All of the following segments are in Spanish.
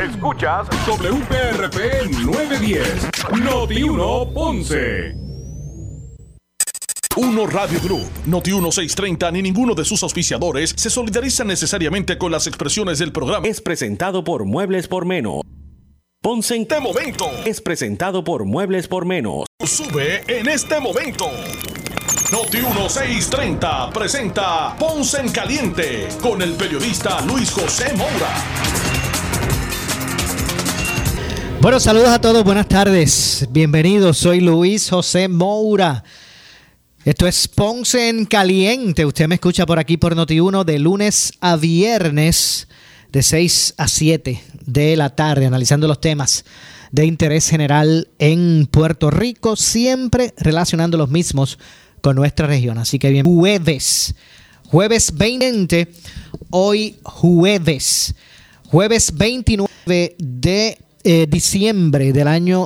Escuchas WPRP 910, Noti1 Ponce. Uno Radio Group, Noti1 630 ni ninguno de sus auspiciadores se solidarizan necesariamente con las expresiones del programa. Es presentado por Muebles por Menos. Ponce en este momento. Es presentado por Muebles por Menos. Sube en este momento. Noti1 630 presenta Ponce en Caliente con el periodista Luis José Moura. Bueno, saludos a todos, buenas tardes. Bienvenidos, soy Luis José Moura. Esto es Ponce en Caliente. Usted me escucha por aquí por Noti1 de lunes a viernes de 6 a 7 de la tarde, analizando los temas de interés general en Puerto Rico, siempre relacionando los mismos con nuestra región. Así que bien, jueves 20, hoy jueves 29 de diciembre del año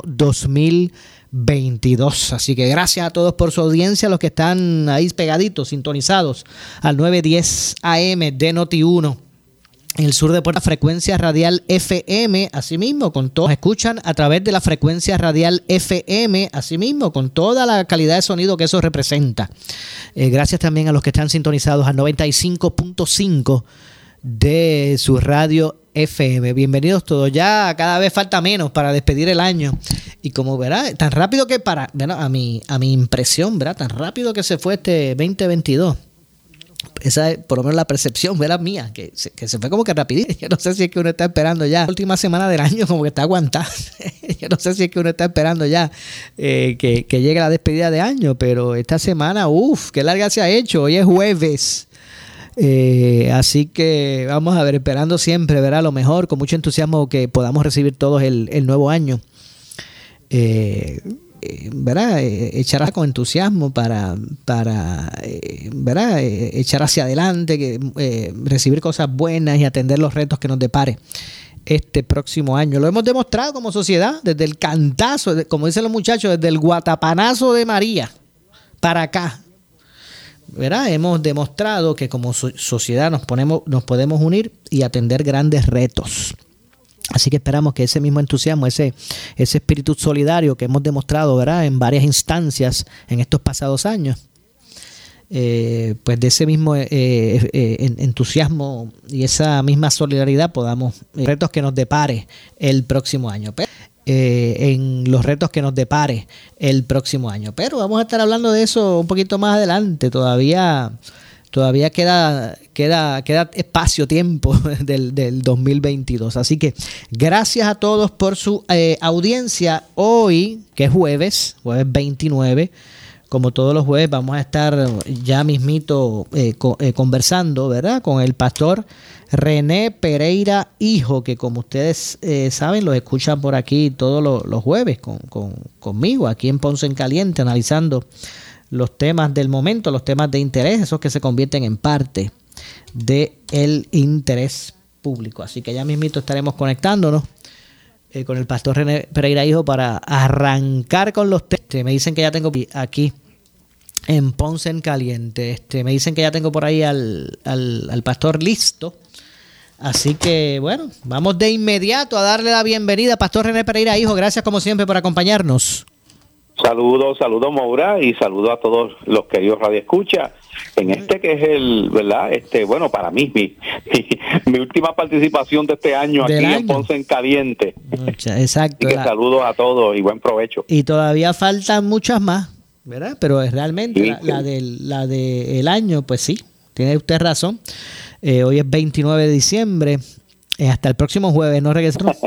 2022. Así que gracias a todos por su audiencia, los que están ahí pegaditos, sintonizados al 910 AM de Noti1. En el sur de Puerto, frecuencia radial FM, asimismo, con todos escuchan a través de la frecuencia radial FM, asimismo, con toda la calidad de sonido que eso representa. Gracias también a los que están sintonizados al 95.5 de su radio FM. Bienvenidos todos. Ya cada vez falta menos para despedir el año. Y como verá, tan rápido que a mi impresión, ¿verdad? Tan rápido que se fue este 2022. Esa es por lo menos la percepción, ¿verdad? Mía, que se fue como que rapidito. Yo no sé si es que uno está esperando ya la última semana del año, como que está aguantando. Yo no sé si es que uno está esperando ya que llegue la despedida de año, pero esta semana, qué larga se ha hecho. Hoy es jueves. Así que vamos a ver, esperando siempre, ¿verdad? Lo mejor, con mucho entusiasmo que podamos recibir todos el nuevo año. ¿Verdad? Echar con entusiasmo para ¿verdad? Echar hacia adelante, recibir cosas buenas y atender los retos que nos depare este próximo año. Lo hemos demostrado como sociedad, desde el cantazo, como dicen los muchachos, desde el guatapanazo de María para acá, ¿verdad? Hemos demostrado que como sociedad nos podemos unir y atender grandes retos. Así que esperamos que ese mismo entusiasmo, ese espíritu solidario que hemos demostrado, ¿verdad?, en varias instancias en estos pasados años, pues de ese mismo entusiasmo y esa misma solidaridad podamos retos que nos depare el próximo año. En los retos que nos depare el próximo año. Pero vamos a estar hablando de eso un poquito más adelante. Todavía queda espacio, tiempo del 2022. Así que gracias a todos por su audiencia. Hoy, que es jueves 29, como todos los jueves, vamos a estar ya mismito conversando, ¿verdad?, con el pastor René Pereira Hijo, que como ustedes saben, los escuchan por aquí todos los jueves conmigo, aquí en Ponce en Caliente, analizando los temas del momento, los temas de interés, esos que se convierten en parte del interés público. Así que ya mismito estaremos conectándonos con el pastor René Pereira Hijo para arrancar con los temas. Me dicen que ya tengo aquí en Ponce en Caliente, me dicen que ya tengo por ahí al pastor listo. Así que bueno, vamos de inmediato a darle la bienvenida. Pastor René Pereira Hijo, gracias como siempre por acompañarnos. Saludos Moura, y saludos a todos los queridos radioescuchas en que es el, ¿verdad? Bueno, para mí mi última participación de este año aquí en Ponce en Caliente. Exacto. Así que saludos a todos y buen provecho. Y todavía faltan muchas más, ¿verdad? Pero realmente sí, la del año, pues sí, tiene usted razón. Hoy es 29 de diciembre. Hasta el próximo jueves no regresamos.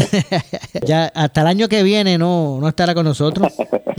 Ya hasta el año que viene no estará con nosotros.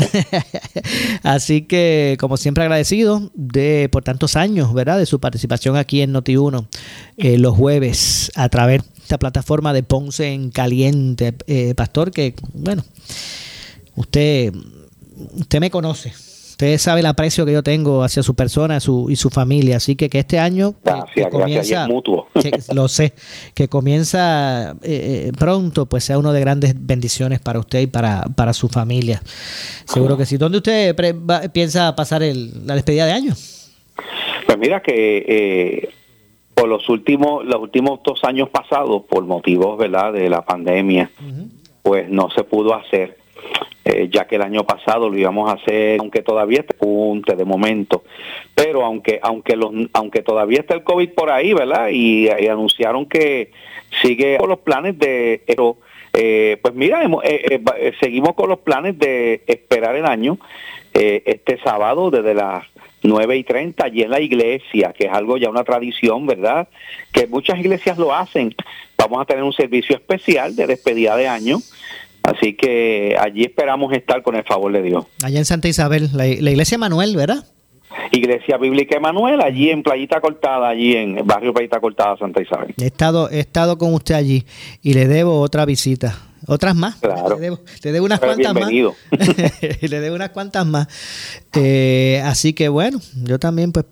Así que, como siempre, agradecido por tantos años, ¿verdad?, de su participación aquí en Noti1 los jueves a través de esta plataforma de Ponce en Caliente. Pastor, que bueno, usted me conoce. Usted sabe el aprecio que yo tengo hacia su persona y su familia, así que este año que comienza, es mutuo. Lo sé, que comienza pronto, pues sea uno de grandes bendiciones para usted y para su familia. Seguro que sí. ¿Dónde usted piensa pasar la despedida de año? Pues mira que por los últimos 2 años pasados, por motivos, ¿verdad?, de la pandemia, pues no se pudo hacer, ya que el año pasado lo íbamos a hacer, aunque todavía está punte de momento, pero aunque todavía está el COVID por ahí, ¿verdad?, y anunciaron que sigue con los planes pues mira, seguimos con los planes de esperar el año, este sábado desde las 9:30 allí en la iglesia, que es algo ya una tradición, ¿verdad?, que muchas iglesias lo hacen. Vamos a tener un servicio especial de despedida de año, así que allí esperamos estar con el favor de Dios. Allá en Santa Isabel, la iglesia Manuel, ¿verdad? Iglesia Bíblica Emanuel, allí en Playita Cortada, allí en el barrio Playita Cortada, Santa Isabel. He estado con usted allí y le debo otra visita. Otras más. Claro. Le debo unas cuantas bienvenido. más. Le debo unas cuantas más. Así que bueno, yo también pues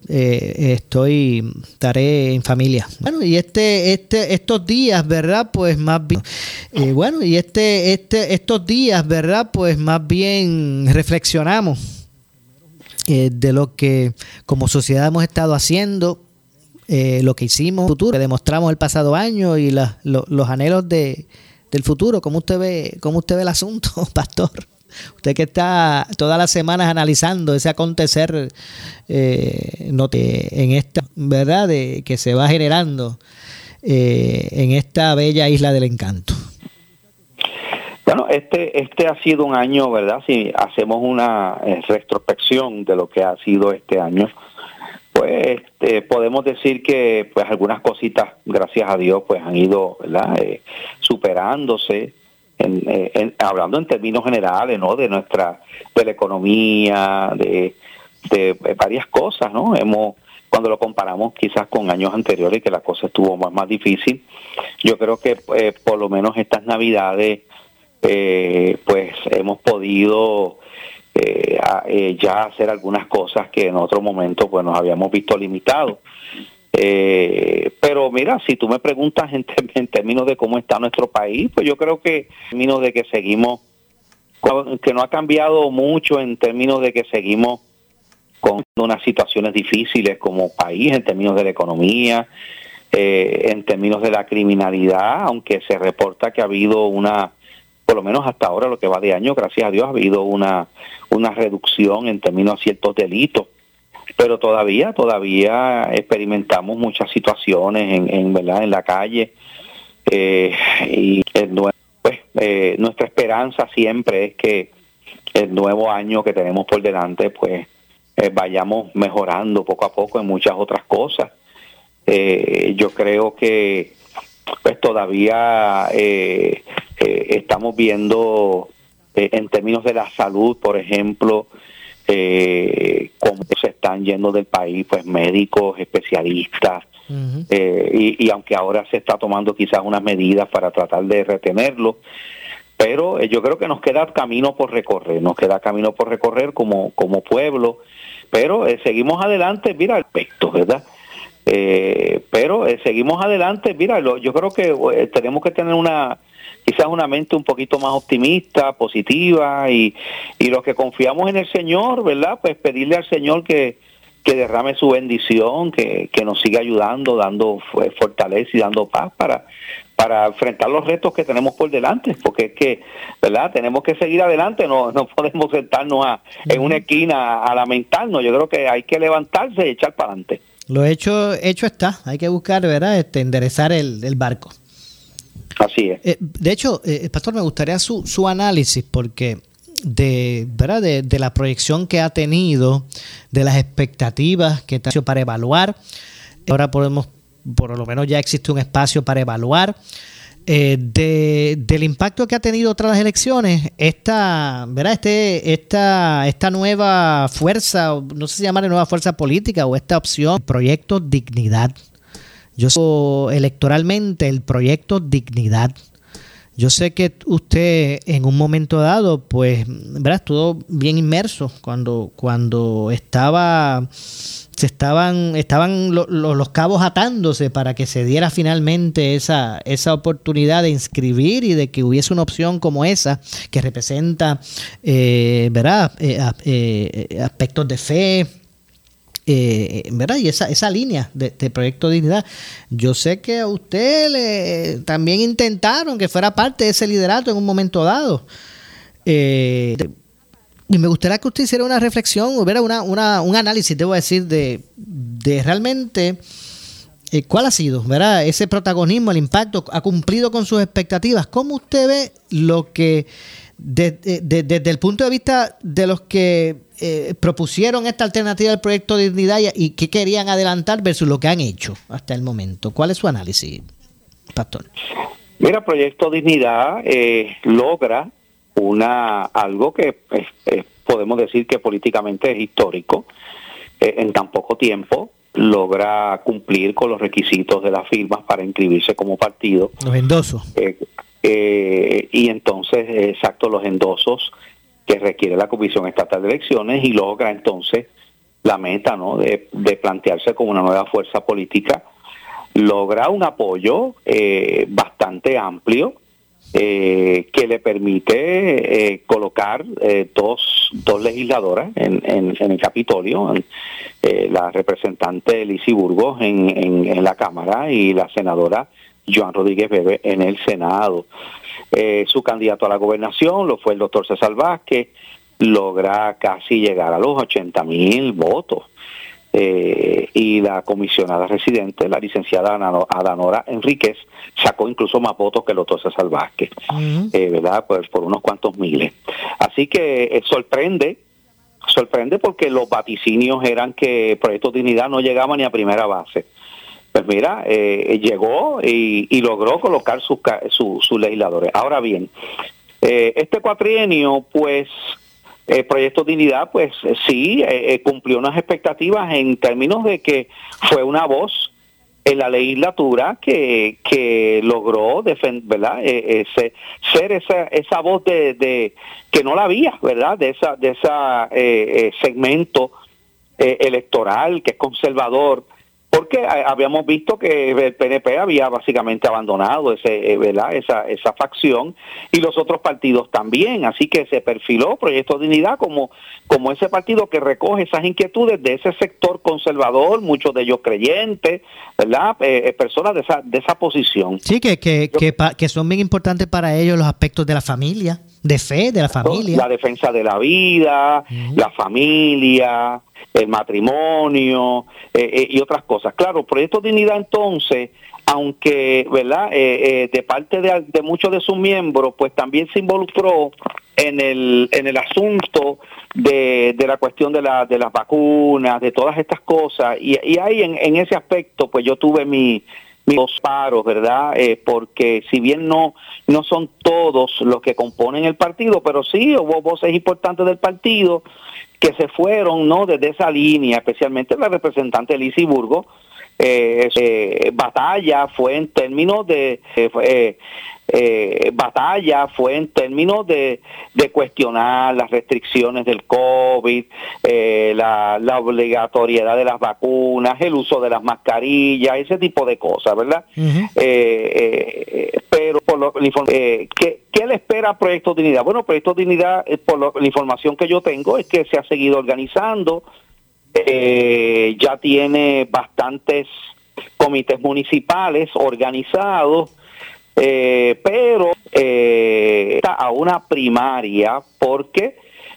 estaré en familia. Bueno, y estos días, ¿verdad? Pues más bien estos días, ¿verdad? Pues más bien reflexionamos de lo que como sociedad hemos estado haciendo, lo que hicimos, futuro, que demostramos el pasado año y los anhelos del futuro. ¿Cómo usted ve el asunto, pastor? Usted que está todas las semanas analizando ese acontecer en esta, ¿verdad?, que se va generando en esta bella isla del encanto. Bueno, este ha sido un año, ¿verdad? Si hacemos una retrospección de lo que ha sido este año, pues podemos decir que pues algunas cositas, gracias a Dios, pues han ido, ¿verdad?, superándose, hablando en términos generales, ¿no?, de la economía, de varias cosas, ¿no? Cuando lo comparamos quizás con años anteriores, que la cosa estuvo más difícil, yo creo que por lo menos estas Navidades pues hemos podido ya hacer algunas cosas que en otro momento pues nos habíamos visto limitados. Pero mira, si tú me preguntas en términos de cómo está nuestro país, pues yo creo que en términos de que seguimos, que no ha cambiado mucho en términos de que seguimos con unas situaciones difíciles como país, en términos de la economía, en términos de la criminalidad, aunque se reporta que ha habido por lo menos hasta ahora, lo que va de año, gracias a Dios, ha habido una reducción en términos de ciertos delitos, pero todavía experimentamos muchas situaciones en la calle, y nuestra esperanza siempre es que el nuevo año que tenemos por delante, pues vayamos mejorando poco a poco en muchas otras cosas. Yo creo que pues todavía estamos viendo en términos de la salud, por ejemplo, cómo se están yendo del país pues médicos, especialistas, y aunque ahora se está tomando quizás unas medidas para tratar de retenerlo, pero yo creo que nos queda camino por recorrer como pueblo, pero seguimos adelante, mira, aspectos, ¿verdad? Pero seguimos adelante, mira, yo creo que tenemos que tener quizás una mente un poquito más optimista, positiva, y los que confiamos en el Señor, ¿verdad?, pues pedirle al Señor que derrame su bendición, que nos siga ayudando, dando fortaleza y dando paz para enfrentar los retos que tenemos por delante, porque es que, ¿verdad?, tenemos que seguir adelante, no podemos sentarnos en una esquina a lamentarnos. Yo creo que hay que levantarse y echar para adelante. Lo hecho está, hay que buscar, ¿verdad?, enderezar el barco. Así es. De hecho, pastor, me gustaría su análisis, porque ¿verdad?, de la proyección que ha tenido, de las expectativas que está para evaluar. Ahora podemos, por lo menos ya existe un espacio para evaluar del impacto que ha tenido tras las elecciones esta nueva fuerza, no sé si llamarle nueva fuerza política, o esta opción, Proyecto Dignidad. Yo sé electoralmente el Proyecto Dignidad. Yo sé que usted en un momento dado, pues, ¿verdad?, estuvo bien inmerso cuando estaban los cabos atándose para que se diera finalmente esa oportunidad de inscribir y de que hubiese una opción como esa que representa, ¿verdad?, aspectos de fe, ¿verdad? Y esa línea de Proyecto Dignidad. Yo sé que a usted también intentaron que fuera parte de ese liderato en un momento dado. Y me gustaría que usted hiciera una reflexión, hubiera un análisis, debo decir, de realmente cuál ha sido, ¿verdad? Ese protagonismo, el impacto, ha cumplido con sus expectativas. ¿Cómo usted ve lo que, desde el punto de vista de los que propusieron esta alternativa del Proyecto de Dignidad y qué querían adelantar versus lo que han hecho hasta el momento? ¿Cuál es su análisis, Pastor? Mira, Proyecto Dignidad logra algo que podemos decir que políticamente es histórico. En tan poco tiempo logra cumplir con los requisitos de las firmas para inscribirse como partido. Los endosos. Y entonces, exacto, los endosos que requiere la Comisión Estatal de Elecciones, y logra entonces la meta, ¿no?, de plantearse como una nueva fuerza política. Logra un apoyo bastante amplio que le permite colocar dos legisladoras en el Capitolio, la representante Lizy Burgos en la Cámara y la senadora Joan Rodríguez Bebe en el Senado. Su candidato a la gobernación lo fue el doctor César Vázquez, logra casi llegar a los 80,000 votos. Y la comisionada residente, la licenciada Adanora Enríquez, sacó incluso más votos que el doctor César Vázquez, ¿verdad? Pues por unos cuantos miles. Así que sorprende porque los vaticinios eran que Proyecto Dignidad no llegaba ni a primera base. Pues mira, llegó y logró colocar sus legisladores. Ahora bien, este cuatrienio, pues, Proyecto Dignidad, pues sí, cumplió unas expectativas en términos de que fue una voz en la legislatura que logró defender, ¿verdad? Ser esa voz de que no la había, ¿verdad? De esa segmento electoral que es conservador. Porque habíamos visto que el PNP había básicamente abandonado ¿verdad? esa facción, y los otros partidos también. Así que se perfiló Proyecto Dignidad como ese partido que recoge esas inquietudes de ese sector conservador, muchos de ellos creyentes, ¿verdad? Personas de esa posición. Sí, que son bien importantes para ellos los aspectos de la familia, de fe de la familia. La defensa de la vida, la familia, el matrimonio y otras cosas. Claro, Proyecto Dignidad entonces, aunque, ¿verdad?, de parte de muchos de sus miembros, pues también se involucró en el asunto de la cuestión de las vacunas, de todas estas cosas, y ahí en ese aspecto, pues yo tuve mis dos paros, ¿verdad? Porque si bien no son todos los que componen el partido, pero sí hubo voces importantes del partido que se fueron, ¿no?, desde esa línea, especialmente la representante Lizy Burgos. Batalla fue en términos de cuestionar las restricciones del COVID, la obligatoriedad de las vacunas, el uso de las mascarillas, ese tipo de cosas, ¿verdad? Pero ¿qué le espera a Proyecto Dignidad? Bueno, Proyecto Dignidad, por la información que yo tengo, es que se ha seguido organizando. Ya tiene bastantes comités municipales organizados, pero está a una primaria porque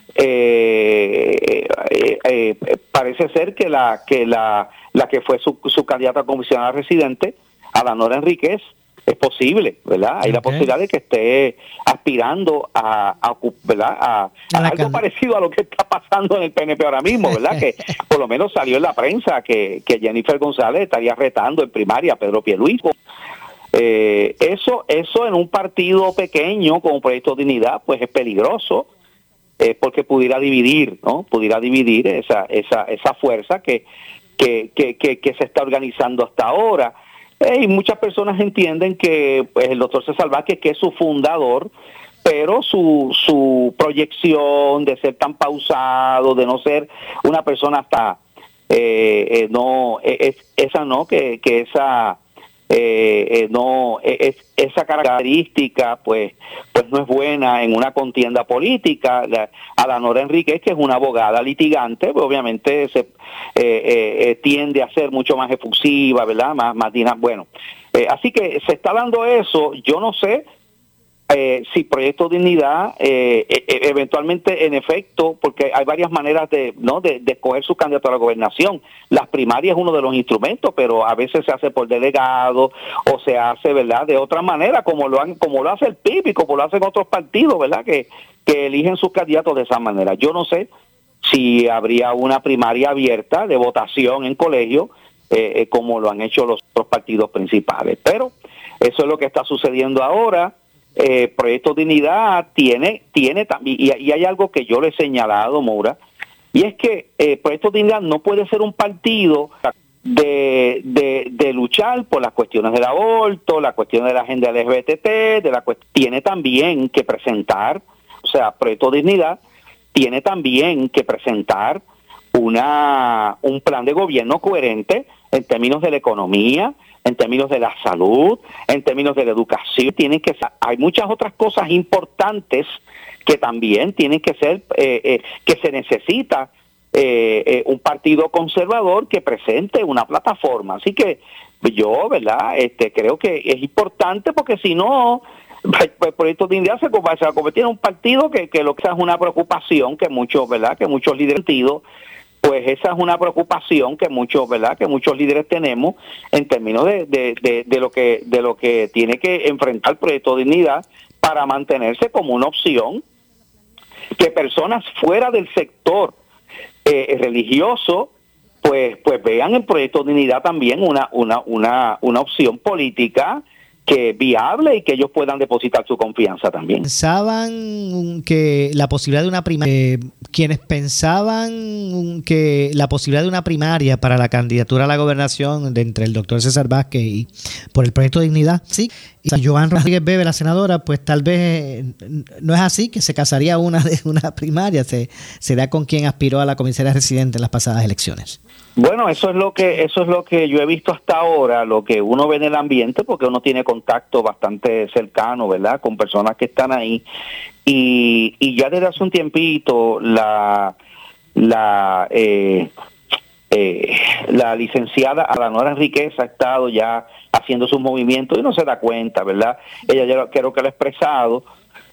parece ser que la que fue su candidata a comisionada residente, Adanora Enríquez, es posible, ¿verdad? Hay la posibilidad de que esté aspirando ¿verdad? a algo parecido a lo que está pasando en el PNP ahora mismo, ¿verdad? Que por lo menos salió en la prensa que Jennifer González estaría retando en primaria a Pedro Pierluisi. Eso en un partido pequeño como Proyecto Dignidad, pues es peligroso, porque pudiera dividir, ¿no? Pudiera dividir esa fuerza que se está organizando hasta ahora. Y muchas personas entienden que pues, el doctor César Vázquez, que es su fundador, pero su proyección de ser tan pausado, de no ser una persona hasta esa esa característica pues no es buena en una contienda política. Adanora Enríquez, que es una abogada litigante, pues obviamente tiende a ser mucho más efusiva, ¿verdad? Más dinámica. Bueno, así que se está dando eso. Yo no sé si Proyecto Dignidad eventualmente, en efecto, porque hay varias maneras de escoger su candidato a la gobernación. Las primarias es uno de los instrumentos, pero a veces se hace por delegado o se hace, ¿verdad?, de otra manera, como lo hace el PIB y como lo hacen otros partidos, ¿verdad?, que eligen sus candidatos de esa manera. Yo no sé si habría una primaria abierta de votación en colegio, como lo han hecho los otros partidos principales, pero eso es lo que está sucediendo ahora. Proyecto Dignidad tiene también, y hay algo que yo le he señalado, Moura, y es que Proyecto Dignidad no puede ser un partido de luchar por las cuestiones del aborto, las cuestiones de la agenda LGBT, tiene también que presentar, o sea, Proyecto Dignidad tiene también que presentar un plan de gobierno coherente en términos de la economía, en términos de la salud, en términos de la educación. Hay muchas otras cosas importantes que también tienen que ser, que se necesita un partido conservador que presente una plataforma. Así que yo, ¿verdad?, creo que es importante, porque si no, el Proyecto de Dignidad se va a convertir en un partido que lo que es una preocupación que muchos, ¿verdad?, que muchos líderes pues esa es una preocupación que muchos, ¿verdad?, que muchos líderes tenemos en términos de lo que tiene que enfrentar el Proyecto de Dignidad para mantenerse como una opción, que personas fuera del sector religioso pues vean el Proyecto de Dignidad también una opción política que es viable y que ellos puedan depositar su confianza también. Pensaban que la posibilidad de una primaria, quienes pensaban que la posibilidad de una primaria para la candidatura a la gobernación de entre el doctor César Vázquez y por el Proyecto de Dignidad, sí, y Joan Rodríguez Bebe, la senadora, pues tal vez no es así, que se casaría una primaria, será con quien aspiró a la comisaría residente en las pasadas elecciones. Bueno, eso es lo que yo he visto hasta ahora, lo que uno ve en el ambiente, porque uno tiene contacto bastante cercano, ¿verdad?, con personas que están ahí, y ya desde hace un tiempito la licenciada Adanora Enríquez ha estado ya haciendo sus movimientos y no se da cuenta, ¿verdad? Ella ya creo que lo ha expresado.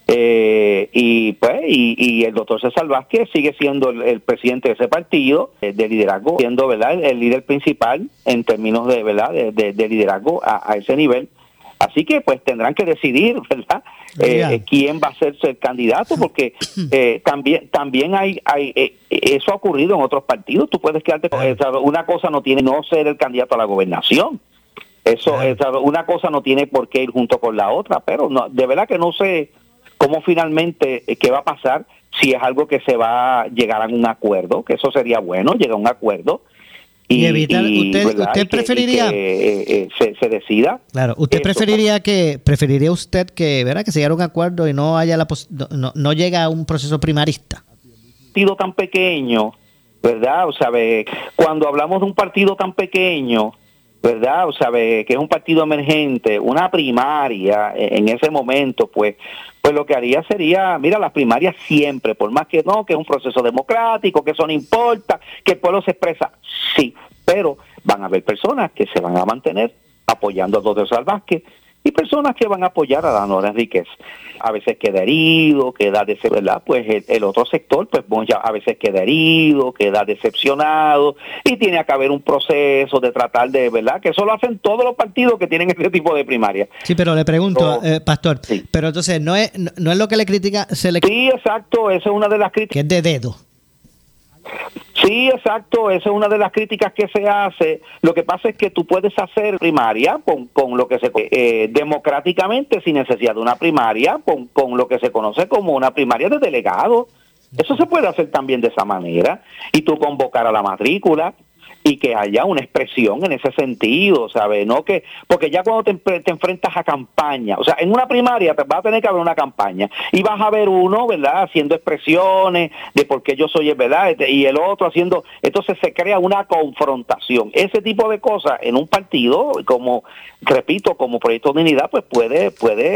Y el doctor César Vázquez sigue siendo el presidente de ese partido de liderazgo, siendo, ¿verdad?, el líder principal en términos de, ¿verdad?, de liderazgo a ese nivel. Así que pues tendrán que decidir, ¿verdad?, quién va a ser el candidato, porque también hay eso ha ocurrido en otros partidos. Tú puedes quedarte con una cosa, no tiene no ser el candidato a la gobernación. Eso una cosa no tiene por qué ir junto con la otra, pero no, de verdad que no sé cómo finalmente, qué va a pasar, si es algo que se va a llegar a un acuerdo, que eso sería bueno, llegar a un acuerdo. Y evitar, usted preferiría que se decida. Claro, usted preferiría usted que, ¿verdad?, que se llegara a un acuerdo y no haya no llega a un proceso primarista. Un partido tan pequeño, ¿verdad? O sea, cuando hablamos de un partido tan pequeño, ¿verdad? O sea, que es un partido emergente, una primaria en ese momento, pues lo que haría sería, mira, las primarias siempre, por más que no, que es un proceso democrático, que eso no importa, que el pueblo se expresa, sí, pero van a haber personas que se van a mantener apoyando a Doctor César Vázquez y personas que van a apoyar a Adanora Enríquez. A veces queda herido, queda ¿verdad? Pues el otro sector, pues ya a veces queda herido, queda decepcionado, y tiene que haber un proceso de tratar de, ¿verdad?, que eso lo hacen todos los partidos que tienen este tipo de primaria. Sí, pero le pregunto, Pastor, sí, pero entonces no es lo que le critica, Sí, exacto, esa es una de las críticas. Que es de dedo. Sí, exacto, esa es una de las críticas que se hace. Lo que pasa es que tú puedes hacer primaria con lo que se democráticamente, sin necesidad de una primaria, con lo que se conoce como una primaria de delegados. Eso se puede hacer también de esa manera, y tú convocar a la matrícula y que haya una expresión en ese sentido, ¿sabes? No que, porque ya cuando te enfrentas a campaña, o sea, en una primaria te va a tener que haber una campaña y vas a ver uno, ¿verdad?, haciendo expresiones de por qué yo soy, ¿verdad?, y el otro haciendo, entonces se crea una confrontación. Ese tipo de cosas en un partido, como, repito, como Proyecto de Unidad, pues puede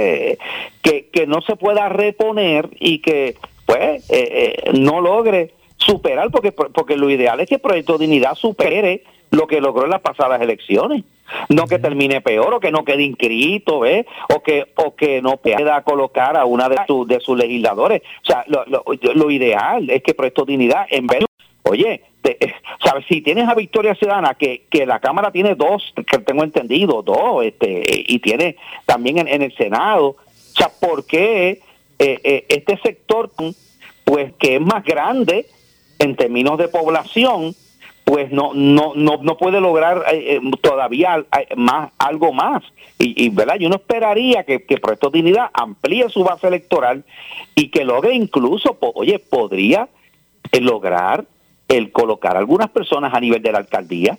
que no se pueda reponer y que, pues, no logre superar, porque lo ideal es que el Proyecto de Dignidad supere lo que logró en las pasadas elecciones, no que termine peor o que no quede inscrito, o que no pueda colocar a una de sus legisladores. O sea, lo ideal es que el Proyecto de Dignidad, en vez de, oye, ¿sabes? Si tienes a Victoria Ciudadana, que la Cámara tiene dos, que tengo entendido, dos, y tiene también en el Senado, o sea, ¿por qué este sector, pues, que es más grande en términos de población, pues no puede lograr todavía algo más? Y ¿verdad? Yo no esperaría que Proyecto de Dignidad amplíe su base electoral y que logre incluso, podría lograr el colocar algunas personas a nivel de la alcaldía.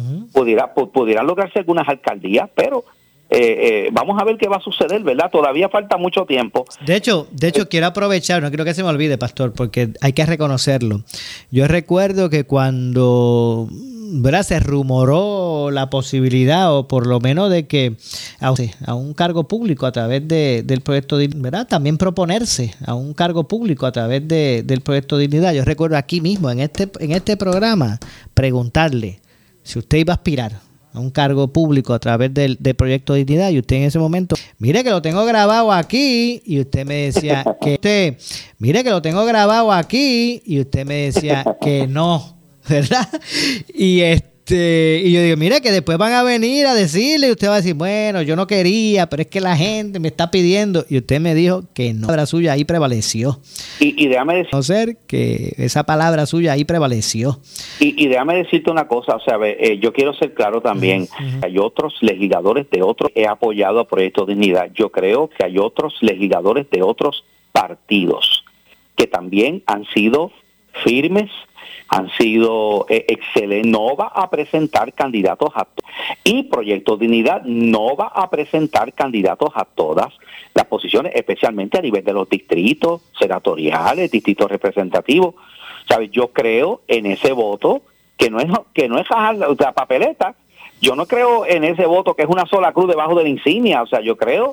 Pudieran lograrse algunas alcaldías, pero vamos a ver qué va a suceder, ¿verdad? Todavía falta mucho tiempo. De hecho, quiero aprovechar, no quiero que se me olvide, pastor, porque hay que reconocerlo. Yo recuerdo que cuando, ¿verdad?, se rumoró la posibilidad, o por lo menos de que a un cargo público a través del proyecto de, ¿verdad?, también proponerse a un cargo público a través del proyecto de Dignidad. Yo recuerdo aquí mismo, en este programa, preguntarle si usted iba a aspirar a un cargo público a través del proyecto de Dignidad, y usted en ese momento, mire que lo tengo grabado aquí, y usted me decía mire que lo tengo grabado aquí, y usted me decía que no, ¿verdad? Y yo digo, mire que después van a venir a decirle, y usted va a decir, bueno, yo no quería, pero es que la gente me está pidiendo, y usted me dijo que no. La palabra suya ahí prevaleció. Y déjame decir, conocer que esa palabra suya ahí prevaleció. Y déjame decirte una cosa, o sea, yo quiero ser claro también. Hay otros legisladores de otros, he apoyado a Proyecto de Dignidad. Yo creo que hay otros legisladores de otros partidos que también han sido firmes, han sido excelentes. No va a presentar candidatos a todos. Y Proyecto de Dignidad no va a presentar candidatos a todas las posiciones, especialmente a nivel de los distritos senatoriales, distritos representativos. ¿Sabes? Yo creo en ese voto que no es la papeleta. Yo no creo en ese voto que es una sola cruz debajo de la insignia. O sea, yo creo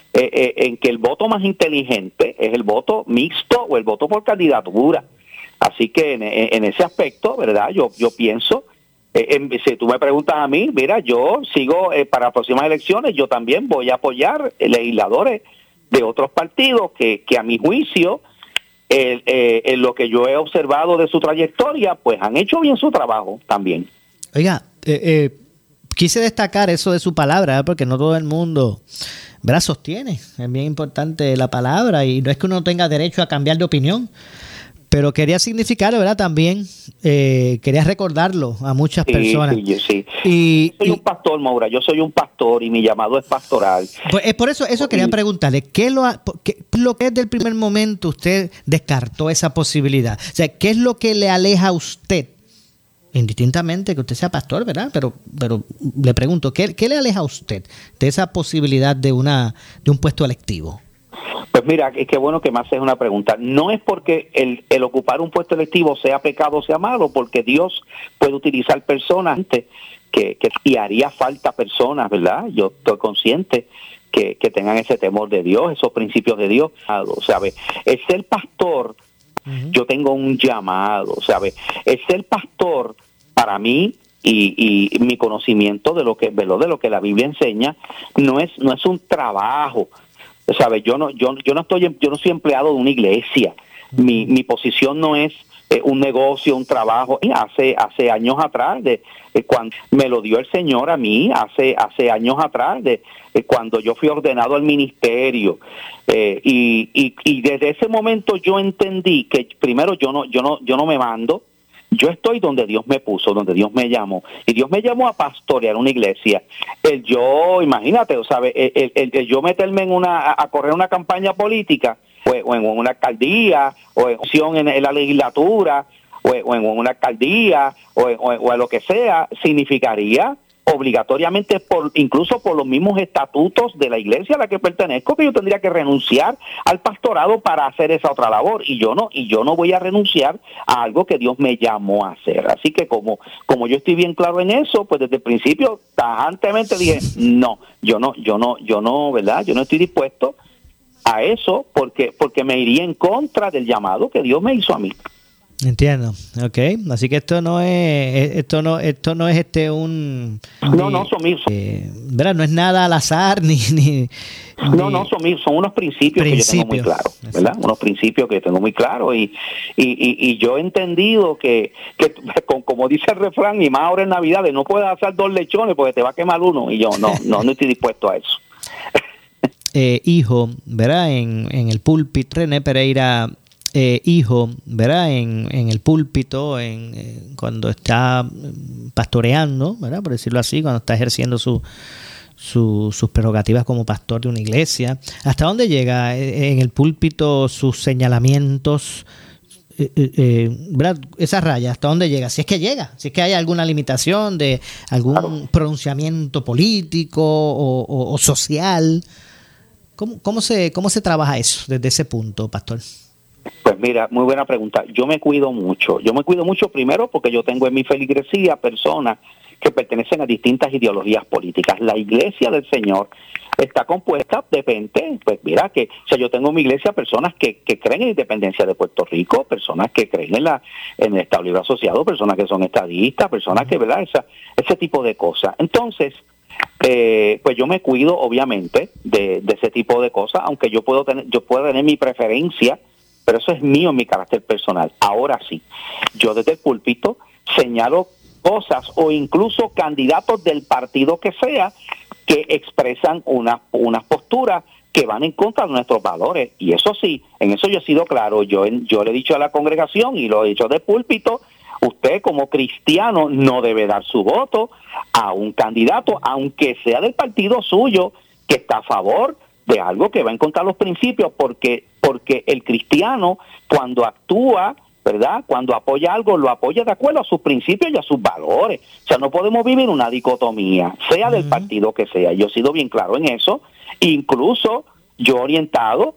en que el voto más inteligente es el voto mixto o el voto por candidatura. Así que en ese aspecto, ¿verdad? Yo pienso, si tú me preguntas a mí, mira, yo sigo para las próximas elecciones, yo también voy a apoyar legisladores de otros partidos que a mi juicio, en lo que yo he observado de su trayectoria, pues han hecho bien su trabajo también. Oiga, quise destacar eso de su palabra, ¿verdad? Porque no todo el mundo, ¿verdad?, sostiene. Es bien importante la palabra, y no es que uno tenga derecho a cambiar de opinión, pero quería significarlo, ¿verdad? También quería recordarlo a muchas personas. Sí. Yo soy un pastor, Maura, yo soy un pastor y mi llamado es pastoral. Pues por eso quería preguntarle, ¿qué es lo que desde el primer momento usted descartó esa posibilidad? O sea, ¿qué es lo que le aleja a usted? Indistintamente que usted sea pastor, ¿verdad? Pero le pregunto, ¿qué le aleja a usted de esa posibilidad de un puesto electivo? Pues mira, es que bueno que me haces una pregunta. No es porque el ocupar un puesto electivo sea pecado o sea malo, porque Dios puede utilizar personas y haría falta personas, ¿verdad? Yo estoy consciente que tengan ese temor de Dios, esos principios de Dios, ¿sabes? El ser pastor, yo tengo un llamado, ¿sabes? El ser pastor, para mí, y mi conocimiento de lo que la Biblia enseña, no es un trabajo. ¿Sabes? Yo no soy empleado de una iglesia. Mi posición no es un negocio, un trabajo. Y hace años atrás, cuando me lo dio el Señor a mí, hace años atrás, cuando yo fui ordenado al ministerio, y desde ese momento yo entendí que primero yo no me mando. Yo estoy donde Dios me puso, donde Dios me llamó. Y Dios me llamó a pastorear una iglesia. Imagínate, ¿sabes? El yo meterme a correr una campaña política, o en una alcaldía, o en la legislatura, o en una alcaldía o en lo que sea, significaría obligatoriamente, incluso por los mismos estatutos de la iglesia a la que pertenezco, que yo tendría que renunciar al pastorado para hacer esa otra labor, y yo no voy a renunciar a algo que Dios me llamó a hacer. Así que como yo estoy bien claro en eso, pues desde el principio tajantemente dije, no, yo no, ¿verdad? Yo no estoy dispuesto a eso porque me iría en contra del llamado que Dios me hizo a mí. Entiendo, okay. Así que esto no es un ¿verdad? No es nada al azar son unos principios que yo tengo muy claros, ¿verdad? Unos principios que tengo muy claros y yo he entendido que como dice el refrán, y más ahora en Navidades, no puedes hacer 2 lechones porque te va a quemar uno, y yo no estoy dispuesto a eso. Hijo, ¿verdad? En el púlpito, René Pereira, hijo, ¿verdad? En el púlpito, cuando está pastoreando, ¿verdad? Por decirlo así, cuando está ejerciendo sus prerrogativas como pastor de una iglesia. ¿Hasta dónde llega en el púlpito sus señalamientos, ¿verdad? Esa raya, ¿hasta dónde llega? Si es que hay alguna limitación de algún pronunciamiento político o social. ¿Cómo se trabaja eso desde ese punto, pastor? Pues mira, muy buena pregunta. Yo me cuido mucho primero porque yo tengo en mi feligresía personas que pertenecen a distintas ideologías políticas. La iglesia del Señor está compuesta de gente, pues mira, yo tengo en mi iglesia personas que creen en la independencia de Puerto Rico, personas que creen en el Estado Libre Asociado, personas que son estadistas, personas que, ¿verdad? Ese tipo de cosas. Entonces, pues yo me cuido obviamente de ese tipo de cosas, aunque yo puedo tener mi preferencia, pero eso es mío, mi carácter personal. Ahora sí, yo desde el púlpito señalo cosas o incluso candidatos del partido que sea que expresan unas posturas que van en contra de nuestros valores. Y eso sí, en eso yo he sido claro. Yo le he dicho a la congregación y lo he dicho de púlpito, usted como cristiano no debe dar su voto a un candidato, aunque sea del partido suyo, que está a favor de algo que va en contra de los principios, porque el cristiano cuando actúa, ¿verdad? Cuando apoya algo, lo apoya de acuerdo a sus principios y a sus valores. O sea, no podemos vivir una dicotomía, sea del partido que sea. Yo he sido bien claro en eso. Incluso yo orientado,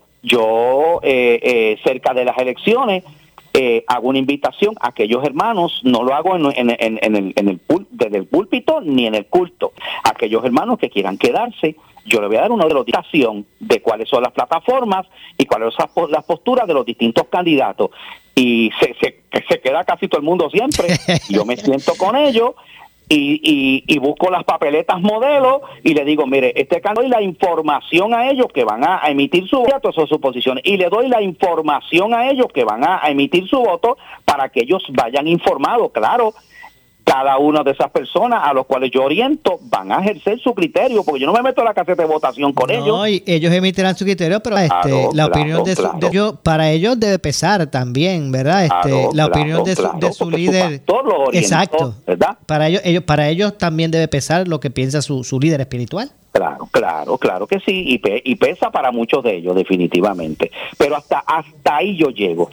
cerca de las elecciones, hago una invitación a aquellos hermanos, no lo hago desde el púlpito ni en el culto, aquellos hermanos que quieran quedarse, yo le voy a dar una orientación de cuáles son las plataformas y cuáles son las posturas de los distintos candidatos, y se queda casi todo el mundo siempre. Yo me siento con ellos y busco las papeletas modelo y le digo, mire, doy la información a ellos que van a emitir su voto, eso es su posición, y le doy la información a ellos que van a emitir su voto para que ellos vayan informados. Claro, cada una de esas personas a los cuales yo oriento van a ejercer su criterio, porque yo no me meto en la caseta de votación con ellos. No, y ellos emitirán su criterio, pero la opinión de ellos, para ellos debe pesar también, ¿verdad? La opinión de su líder. Exacto. ¿Verdad? Para ellos también debe pesar lo que piensa su líder espiritual. Claro que sí, y pesa para muchos de ellos definitivamente, pero hasta ahí yo llego,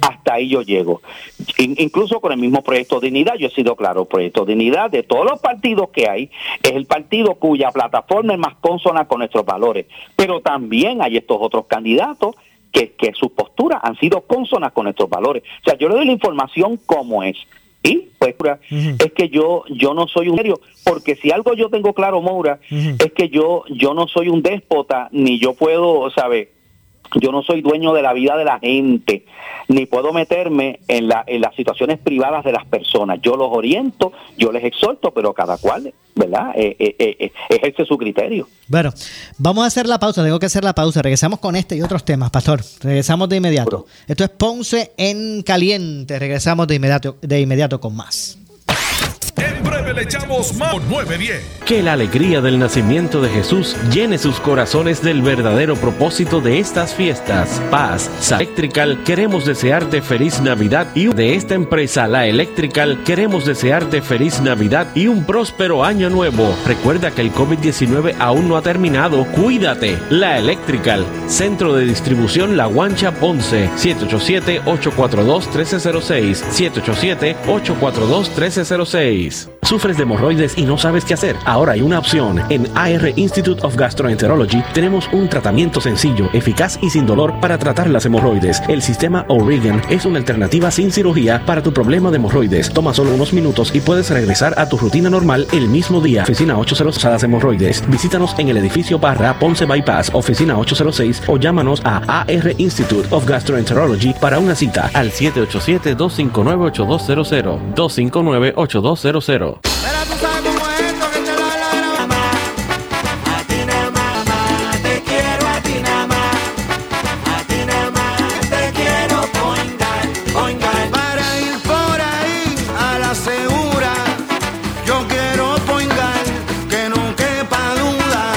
incluso con el mismo Proyecto Dignidad. Yo he sido claro, Proyecto Dignidad, de todos los partidos que hay, es el partido cuya plataforma es más consona con nuestros valores, pero también hay estos otros candidatos que sus posturas han sido consonas con nuestros valores. O sea, yo le doy la información como es. Y pues es que yo no soy un serio, porque si algo yo tengo claro, Moura, es que yo no soy un déspota, ni yo puedo, ¿sabes? Yo no soy dueño de la vida de la gente, ni puedo meterme en las situaciones privadas de las personas. Yo los oriento, yo les exhorto, pero cada cual, ¿verdad? Ejerce su criterio. Bueno, vamos a hacer la pausa, tengo que hacer la pausa. Regresamos con este y otros temas, pastor. Regresamos de inmediato. Bueno. Esto es Ponce en Caliente. Regresamos de inmediato con más. breve le echamos más 910. Que la alegría del nacimiento de Jesús llene sus corazones del verdadero propósito de estas fiestas. Paz, Electrical, queremos desearte feliz Navidad y de esta empresa, La Electrical, queremos desearte feliz Navidad y un próspero año nuevo. Recuerda que el COVID-19 aún no ha terminado. Cuídate. La Electrical, Centro de Distribución La Guancha, Ponce, 787-842-1306, 787-842-1306. ¿Sufres de hemorroides y no sabes qué hacer? Ahora hay una opción. En AR Institute of Gastroenterology tenemos un tratamiento sencillo, eficaz y sin dolor para tratar las hemorroides. El sistema O'Regan es una alternativa sin cirugía para tu problema de hemorroides. Toma solo unos minutos y puedes regresar a tu rutina normal el mismo día. Oficina 806 a las hemorroides. Visítanos en el edificio Parra, Ponce Bypass, oficina 806 o llámanos a AR Institute of Gastroenterology para una cita al 787-259-8200. 259-8200. Pero tú sabes cómo es esto que te da la gana. A ti nada más, te quiero a ti nada más. A ti nada más, te quiero poingar. Para ir por ahí a la segura, yo quiero poingar, que no quepa duda.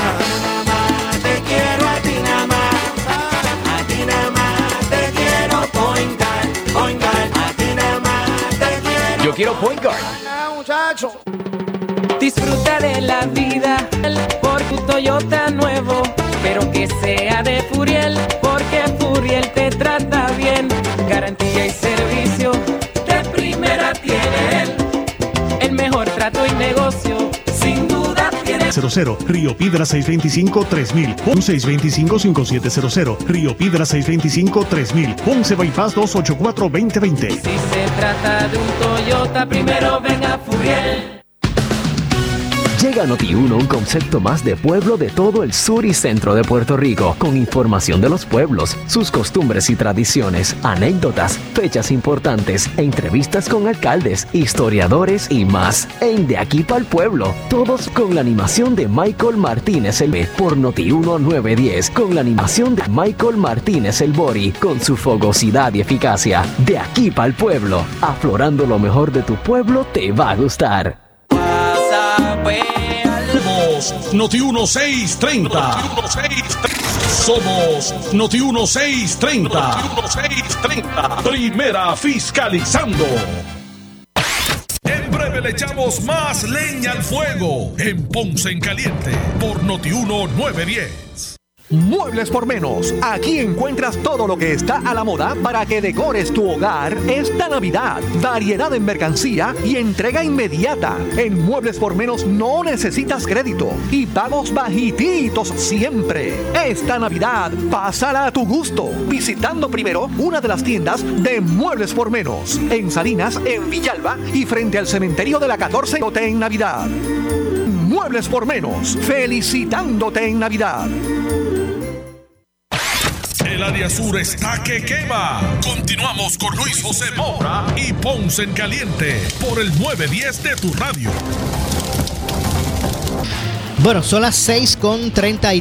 Te quiero a ti nada más. A ti nada más, te quiero poingar. A ti nada más, te quiero. Yo quiero point guard. Muchacho. Disfruta de la vida por tu Toyota nuevo, pero que sea de Furiel, porque Furiel te trata bien. Garantía y servicio de primera tiene él. El mejor trato y negocio, sin duda tiene. 00 Río Piedra 625-3000, Ponce 625-5700, Río Piedra 625-3000, Ponce Bypass 284-2020. Si se trata de un Toyota, primero ven a Furiel. Llega a Noti1 un concepto más de pueblo de todo el sur y centro de Puerto Rico, con información de los pueblos, sus costumbres y tradiciones, anécdotas, fechas importantes, entrevistas con alcaldes, historiadores y más. En De Aquí Pa'l Pueblo, todos con la animación de Michael Martínez el por Noti1 910, con la animación de Michael Martínez el Bori, con su fogosidad y eficacia. De Aquí Pa'l Pueblo, aflorando lo mejor de tu pueblo te va a gustar. Somos Noti1 630. Somos Noti1 630. Primera fiscalizando. En breve le echamos más leña al fuego en Ponce en Caliente por Noti1 910. Muebles por Menos. Aquí encuentras todo lo que está a la moda para que decores tu hogar esta Navidad. Variedad en mercancía y entrega inmediata. En Muebles por Menos no necesitas crédito y pagos bajititos siempre. Esta Navidad, pásala a tu gusto, visitando primero una de las tiendas de Muebles por Menos. En Salinas, en Villalba y frente al cementerio de la 14 en Navidad. Muebles por Menos, felicitándote en Navidad. El área sur está que quema. Continuamos con Luis José Moura y Ponce en Caliente por el 910 de tu radio. Bueno, son las 6:30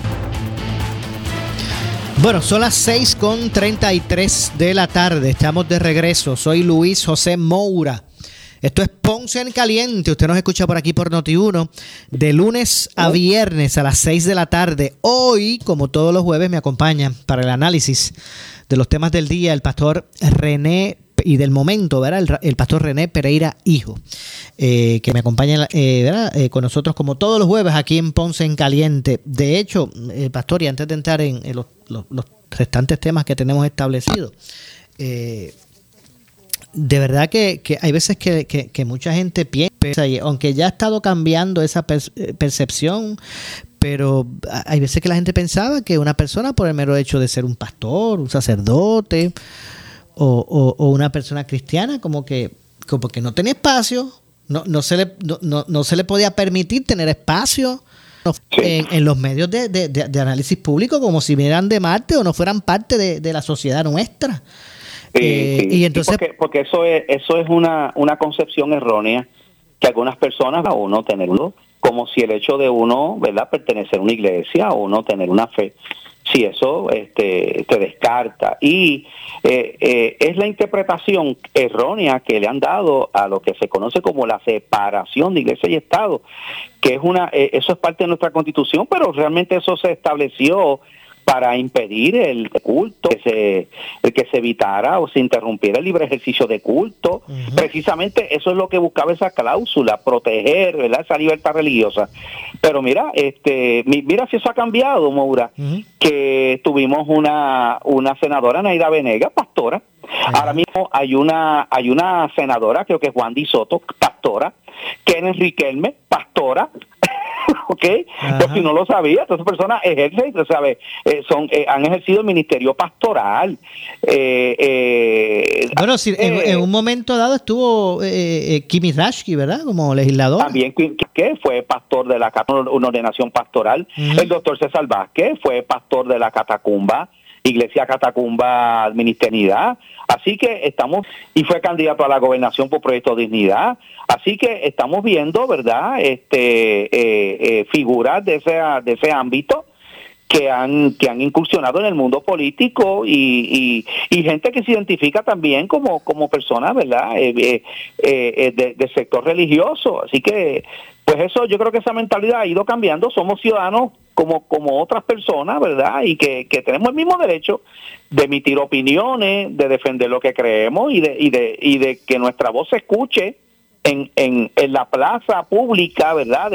son las 6:33 de la tarde. Estamos de regreso. Soy Luis José Moura. Esto es Ponce en Caliente. Usted nos escucha por aquí por Noti1 de lunes a viernes a las 6 de la tarde. Hoy, como todos los jueves, me acompaña para el análisis de los temas del día el pastor René y del momento, ¿verdad? El pastor René Pereira Hijo, que me acompaña con nosotros como todos los jueves aquí en Ponce en Caliente. De hecho, pastor, y antes de entrar en los restantes temas que tenemos establecidos, de verdad que hay veces que mucha gente piensa, y aunque ya ha estado cambiando esa percepción, pero hay veces que la gente pensaba que una persona, por el mero hecho de ser un pastor, un sacerdote o una persona cristiana, como que no tenía espacio, no se le podía permitir tener espacio en los medios de análisis público, como si vinieran de Marte o no fueran parte de la sociedad nuestra. Y entonces, porque eso es una concepción errónea que algunas personas a uno tenerlo como si el hecho de uno, ¿verdad?, pertenecer a una iglesia o uno tener una fe, si eso te descarta. Y es la interpretación errónea que le han dado a lo que se conoce como la separación de iglesia y Estado, que es eso es parte de nuestra Constitución, pero realmente eso se estableció para impedir el culto, que se evitara o se interrumpiera el libre ejercicio de culto. Uh-huh. Precisamente eso es lo que buscaba esa cláusula, proteger, ¿verdad?, esa libertad religiosa. Pero mira si eso ha cambiado, Moura, uh-huh, que tuvimos una senadora, Naida Venegas, pastora. Uh-huh. Ahora mismo hay una senadora, creo que es Wandy Soto, pastora, Kenneth Riquelme, pastora. ¿Ok? Pues si no lo sabía, esas personas ejercen, ¿sabes? Han ejercido el ministerio pastoral. Bueno, sí, en un momento dado estuvo Kimi Rashki, ¿verdad? Como legislador. También que fue pastor de una ordenación pastoral. Uh-huh. El doctor César Vázquez fue pastor de la Catacumba, Iglesia Catacumba Ministerialidad. Así que y fue candidato a la gobernación por Proyecto Dignidad. Así que estamos viendo, ¿verdad?, figuras de ese ámbito que han incursionado en el mundo político y gente que se identifica también como personas, ¿verdad?, del sector religioso. Así que, pues eso, yo creo que esa mentalidad ha ido cambiando. Somos ciudadanos como otras personas, ¿verdad?, y que tenemos el mismo derecho de emitir opiniones, de defender lo que creemos y de que nuestra voz se escuche en la plaza pública, ¿verdad?,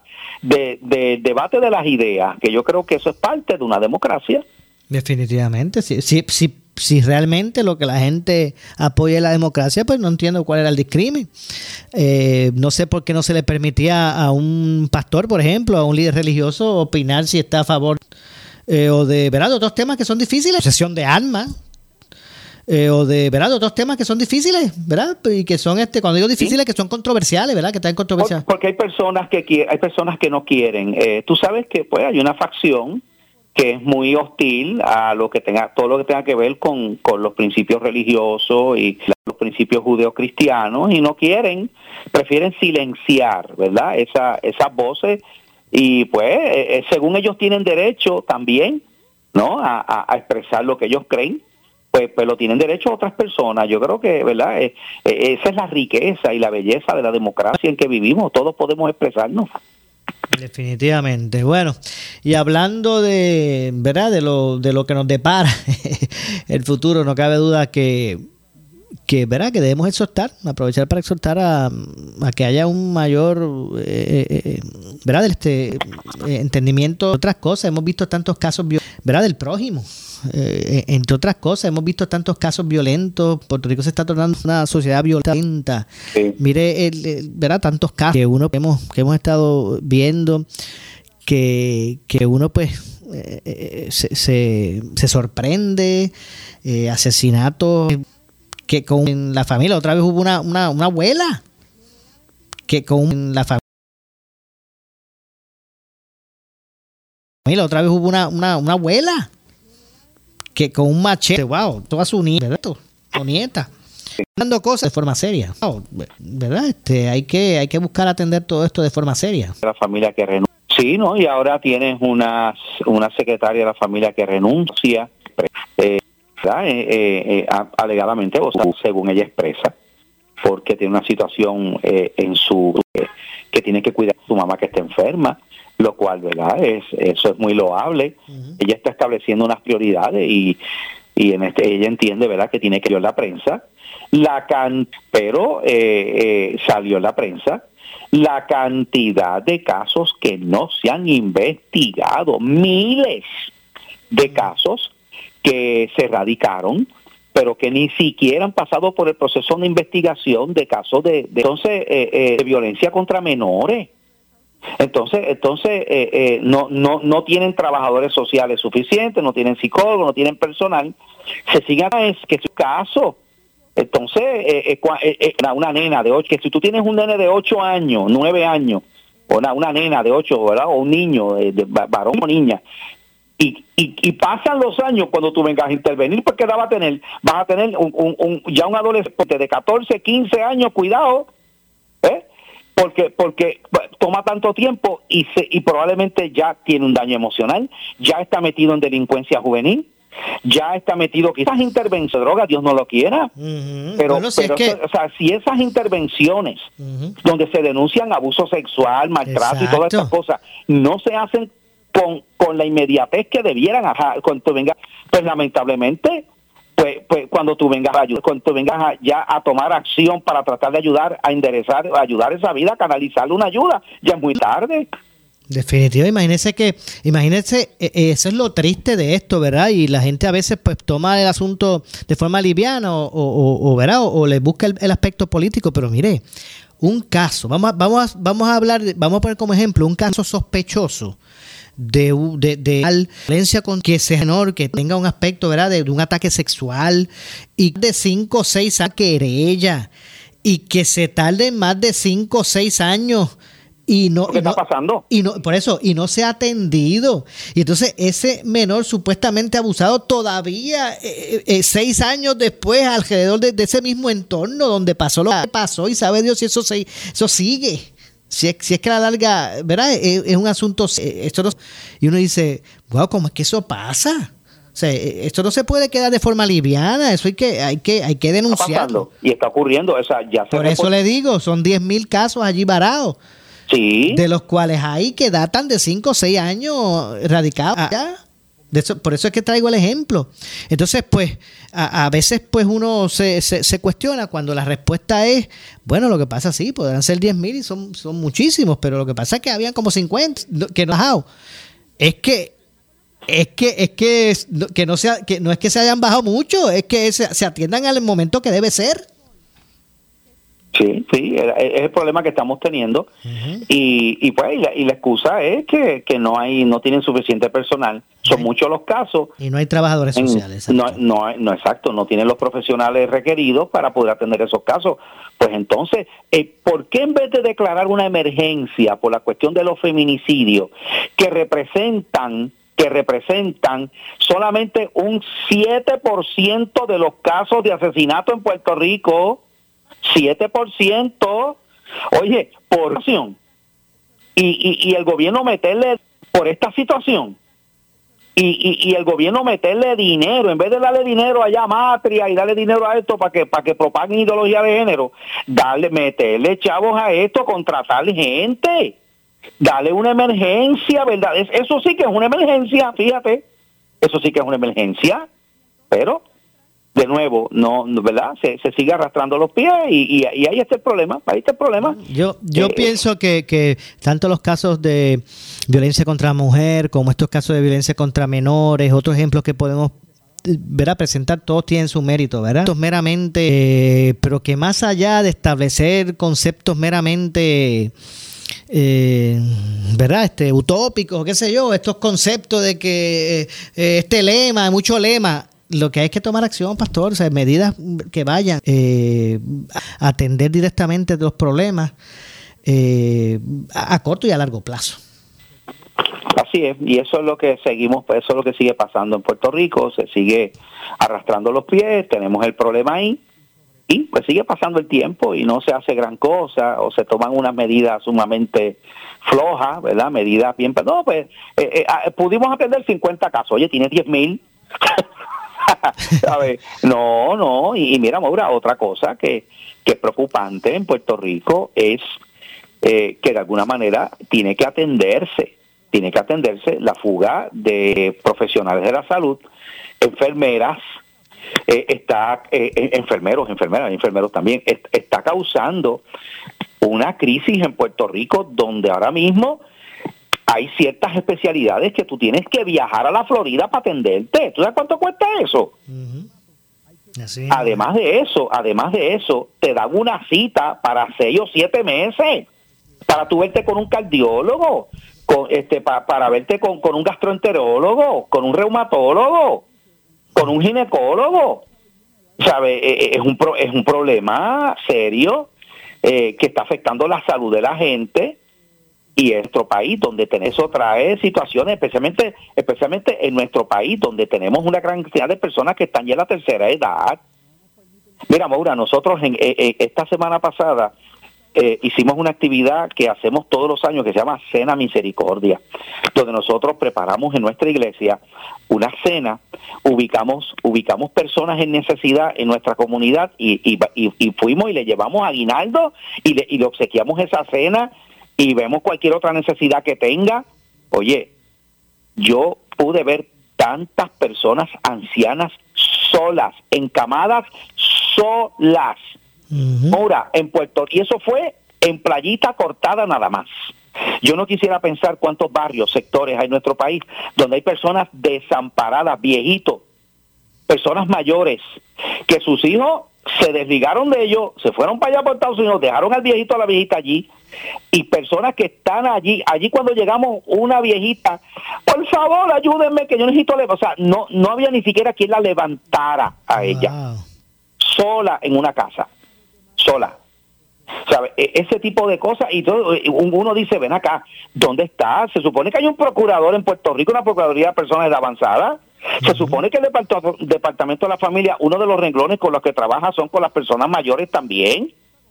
del debate de las ideas, que yo creo que eso es parte de una democracia. Definitivamente, si realmente lo que la gente apoya es la democracia, pues no entiendo cuál era el discrimen. No sé por qué no se le permitía a un pastor, por ejemplo, a un líder religioso, opinar si está a favor o de, ¿verdad?, otros temas que son difíciles, posesión de armas, o de, ¿verdad?, otros temas que son difíciles, ¿verdad?, y que son, cuando digo difíciles, ¿sí?, que son controversiales, ¿verdad?, que están controversiales. Porque hay personas que no quieren. Tú sabes que pues hay una facción que es muy hostil a todo lo que tenga que ver con los principios religiosos y los principios judeocristianos, y prefieren silenciar, ¿verdad?, esas voces, y pues según ellos tienen derecho también, ¿no?, a expresar lo que ellos creen. Pues lo tienen derecho otras personas. Yo creo que, ¿verdad?, esa es la riqueza y la belleza de la democracia en que vivimos. Todos podemos expresarnos. Definitivamente. Bueno, y hablando de, ¿verdad?, de lo que nos depara el futuro, no cabe duda que ¿verdad?, que debemos aprovechar para exhortar a que haya un mayor ¿verdad?, entendimiento de otras cosas. Hemos visto tantos casos, ¿verdad?, del prójimo. Entre otras cosas, hemos visto tantos casos violentos. Puerto Rico se está tornando una sociedad violenta. Sí. Mire, ¿verdad?, tantos casos que hemos estado viendo, que uno pues se sorprende. Asesinatos que con la familia. Otra vez hubo una abuela que con la familia. Otra vez hubo una abuela que con un machete, wow, toda su nieta, ¿verdad?, su nieta, dando cosas de forma seria, wow, ¿verdad? Hay que buscar atender todo esto de forma seria. La familia que renuncia, sí, ¿no? Y ahora tienes una secretaria de la familia que renuncia, alegadamente, o sea, según ella expresa, porque tiene una situación que tiene que cuidar a su mamá que está enferma, lo cual, ¿verdad?, eso es muy loable. Uh-huh. Ella está estableciendo unas prioridades y ella entiende, ¿verdad?, que tiene que ir a la prensa, pero salió en la prensa la cantidad de casos que no se han investigado, miles de casos que se radicaron, pero que ni siquiera han pasado por el proceso de investigación de casos de violencia contra menores. Entonces no tienen trabajadores sociales suficientes, no tienen psicólogos, no tienen personal. Se sigan que su caso. Entonces, una nena de 8, que si tú tienes un nene de 8 años, 9 años, o una nena de 8, ¿verdad?, o un niño, de varón o niña, y pasan los años cuando tú vengas a intervenir, porque vas a tener ya un adolescente de 14, 15 años, cuidado, porque toma tanto tiempo y probablemente ya tiene un daño emocional, ya está metido en delincuencia juvenil. ya está metido quizás intervenciones de droga, Dios no lo quiera, pero, bueno, si pero es que... o sea, si esas intervenciones donde se denuncian abuso sexual, maltrato y todas estas cosas no se hacen con la inmediatez que debieran, cuando venga, pues lamentablemente pues cuando tú vengas ya a tomar acción para tratar de ayudar a enderezar, a ayudar esa vida, a canalizarle una ayuda, ya es muy tarde. Definitivo, imagínese, eso es lo triste de esto, ¿verdad? Y la gente a veces pues toma el asunto de forma liviana ¿verdad? O le busca el aspecto político, pero mire, un caso, vamos a hablar, vamos a poner como ejemplo un caso sospechoso de violencia con que sea menor, que tenga un aspecto, ¿verdad?, de un ataque sexual, y de 5 o 6 años querella, y que se tarde más de 5 o 6 años y no, ¿qué está pasando? Y no, por eso, y no se ha atendido. Y entonces ese menor supuestamente abusado todavía 6 años después alrededor de ese mismo entorno donde pasó lo que pasó, y sabe Dios si eso sigue. Si es que a la larga, ¿verdad? Es un asunto, y uno dice, wow, ¿cómo es que eso pasa? O sea, esto no se puede quedar de forma liviana, eso hay que denunciarlo. Y está ocurriendo, o sea, ya se por eso le digo, son 10,000 casos allí varados. Sí. De los cuales hay que datan de 5 o 6 años radicados. Por eso es que traigo el ejemplo. Entonces, pues, a veces pues uno se cuestiona cuando la respuesta es, bueno, lo que pasa sí, podrán ser 10,000 y son muchísimos, pero lo que pasa es que habían como 50 que no han bajado. No es que se hayan bajado mucho, es que se atiendan al momento que debe ser. Sí, es el problema que estamos teniendo. Y pues la excusa es que no tienen suficiente personal. Son muchos los casos. Y no hay trabajadores sociales. Exacto, no tienen los profesionales requeridos para poder atender esos casos. Pues entonces, ¿por qué en vez de declarar una emergencia por la cuestión de los feminicidios que representan solamente un 7% de los casos de asesinato en Puerto Rico? 7%, oye, por acción, y el gobierno meterle por esta situación, y el gobierno meterle dinero, en vez de darle dinero allá a Matria y darle dinero a esto para que propaguen ideología de género, meterle chavos a esto, contratar gente, darle una emergencia, ¿verdad? Eso sí que es una emergencia, fíjate, eso sí que es una emergencia, pero de nuevo, no, ¿verdad? Se sigue arrastrando los pies y ahí está el problema. Yo pienso que tanto los casos de violencia contra la mujer como estos casos de violencia contra menores, otros ejemplos que podemos, ¿verdad?, presentar, todos tienen su mérito, ¿verdad? Meramente, pero que más allá de establecer conceptos meramente ¿verdad?, utópicos, qué sé yo, estos conceptos de que este lema, mucho lema. Lo que hay que tomar acción, pastor, o sea, medidas que vayan a atender directamente los problemas a corto y a largo plazo. Así es, y eso es lo que seguimos, pues eso es lo que sigue pasando en Puerto Rico, se sigue arrastrando los pies, tenemos el problema ahí, y pues sigue pasando el tiempo y no se hace gran cosa, o se toman unas medidas sumamente flojas, ¿verdad? Medidas bien, no, pues pudimos atender 50 casos, oye, tiene 10,000. A ver, no, y mira, Maura, otra cosa que es preocupante en Puerto Rico es que de alguna manera tiene que atenderse la fuga de profesionales de la salud, enfermeras, enfermeros también, está causando una crisis en Puerto Rico donde ahora mismo hay ciertas especialidades que tú tienes que viajar a la Florida para atenderte. ¿Tú sabes cuánto cuesta eso? Así. Además de eso, te dan una cita para 6 o 7 meses para tú verte con un cardiólogo, para verte con un gastroenterólogo, con un reumatólogo, con un ginecólogo. ¿Sabes? Es un problema serio que está afectando la salud de la gente. Y en nuestro país, donde eso trae situaciones, especialmente en nuestro país, donde tenemos una gran cantidad de personas que están ya en la tercera edad. Mira, Maura, nosotros esta semana pasada hicimos una actividad que hacemos todos los años que se llama Cena Misericordia, donde nosotros preparamos en nuestra iglesia una cena, ubicamos personas en necesidad en nuestra comunidad y fuimos y le llevamos aguinaldo y le obsequiamos esa cena y vemos cualquier otra necesidad que tenga. Oye, yo pude ver tantas personas ancianas solas, encamadas, solas. Ahora, en Puerto Rico, y eso fue en Playita Cortada nada más. Yo no quisiera pensar cuántos barrios, sectores hay en nuestro país donde hay personas desamparadas, viejitos, personas mayores, que sus hijos se desligaron de ellos, se fueron para allá por Estados Unidos, dejaron al viejito, a la viejita allí, y personas que están allí cuando llegamos, una viejita, por favor, ayúdenme que yo necesito levantar. O sea, no había ni siquiera quien la levantara a ella, sola en una casa, sola. ¿Sabe? Ese tipo de cosas, y todo, uno dice, ven acá, ¿dónde está? Se supone que hay un procurador en Puerto Rico, una procuraduría de personas de edad avanzada. Se supone que el departamento de la familia, uno de los renglones con los que trabaja son con las personas mayores también.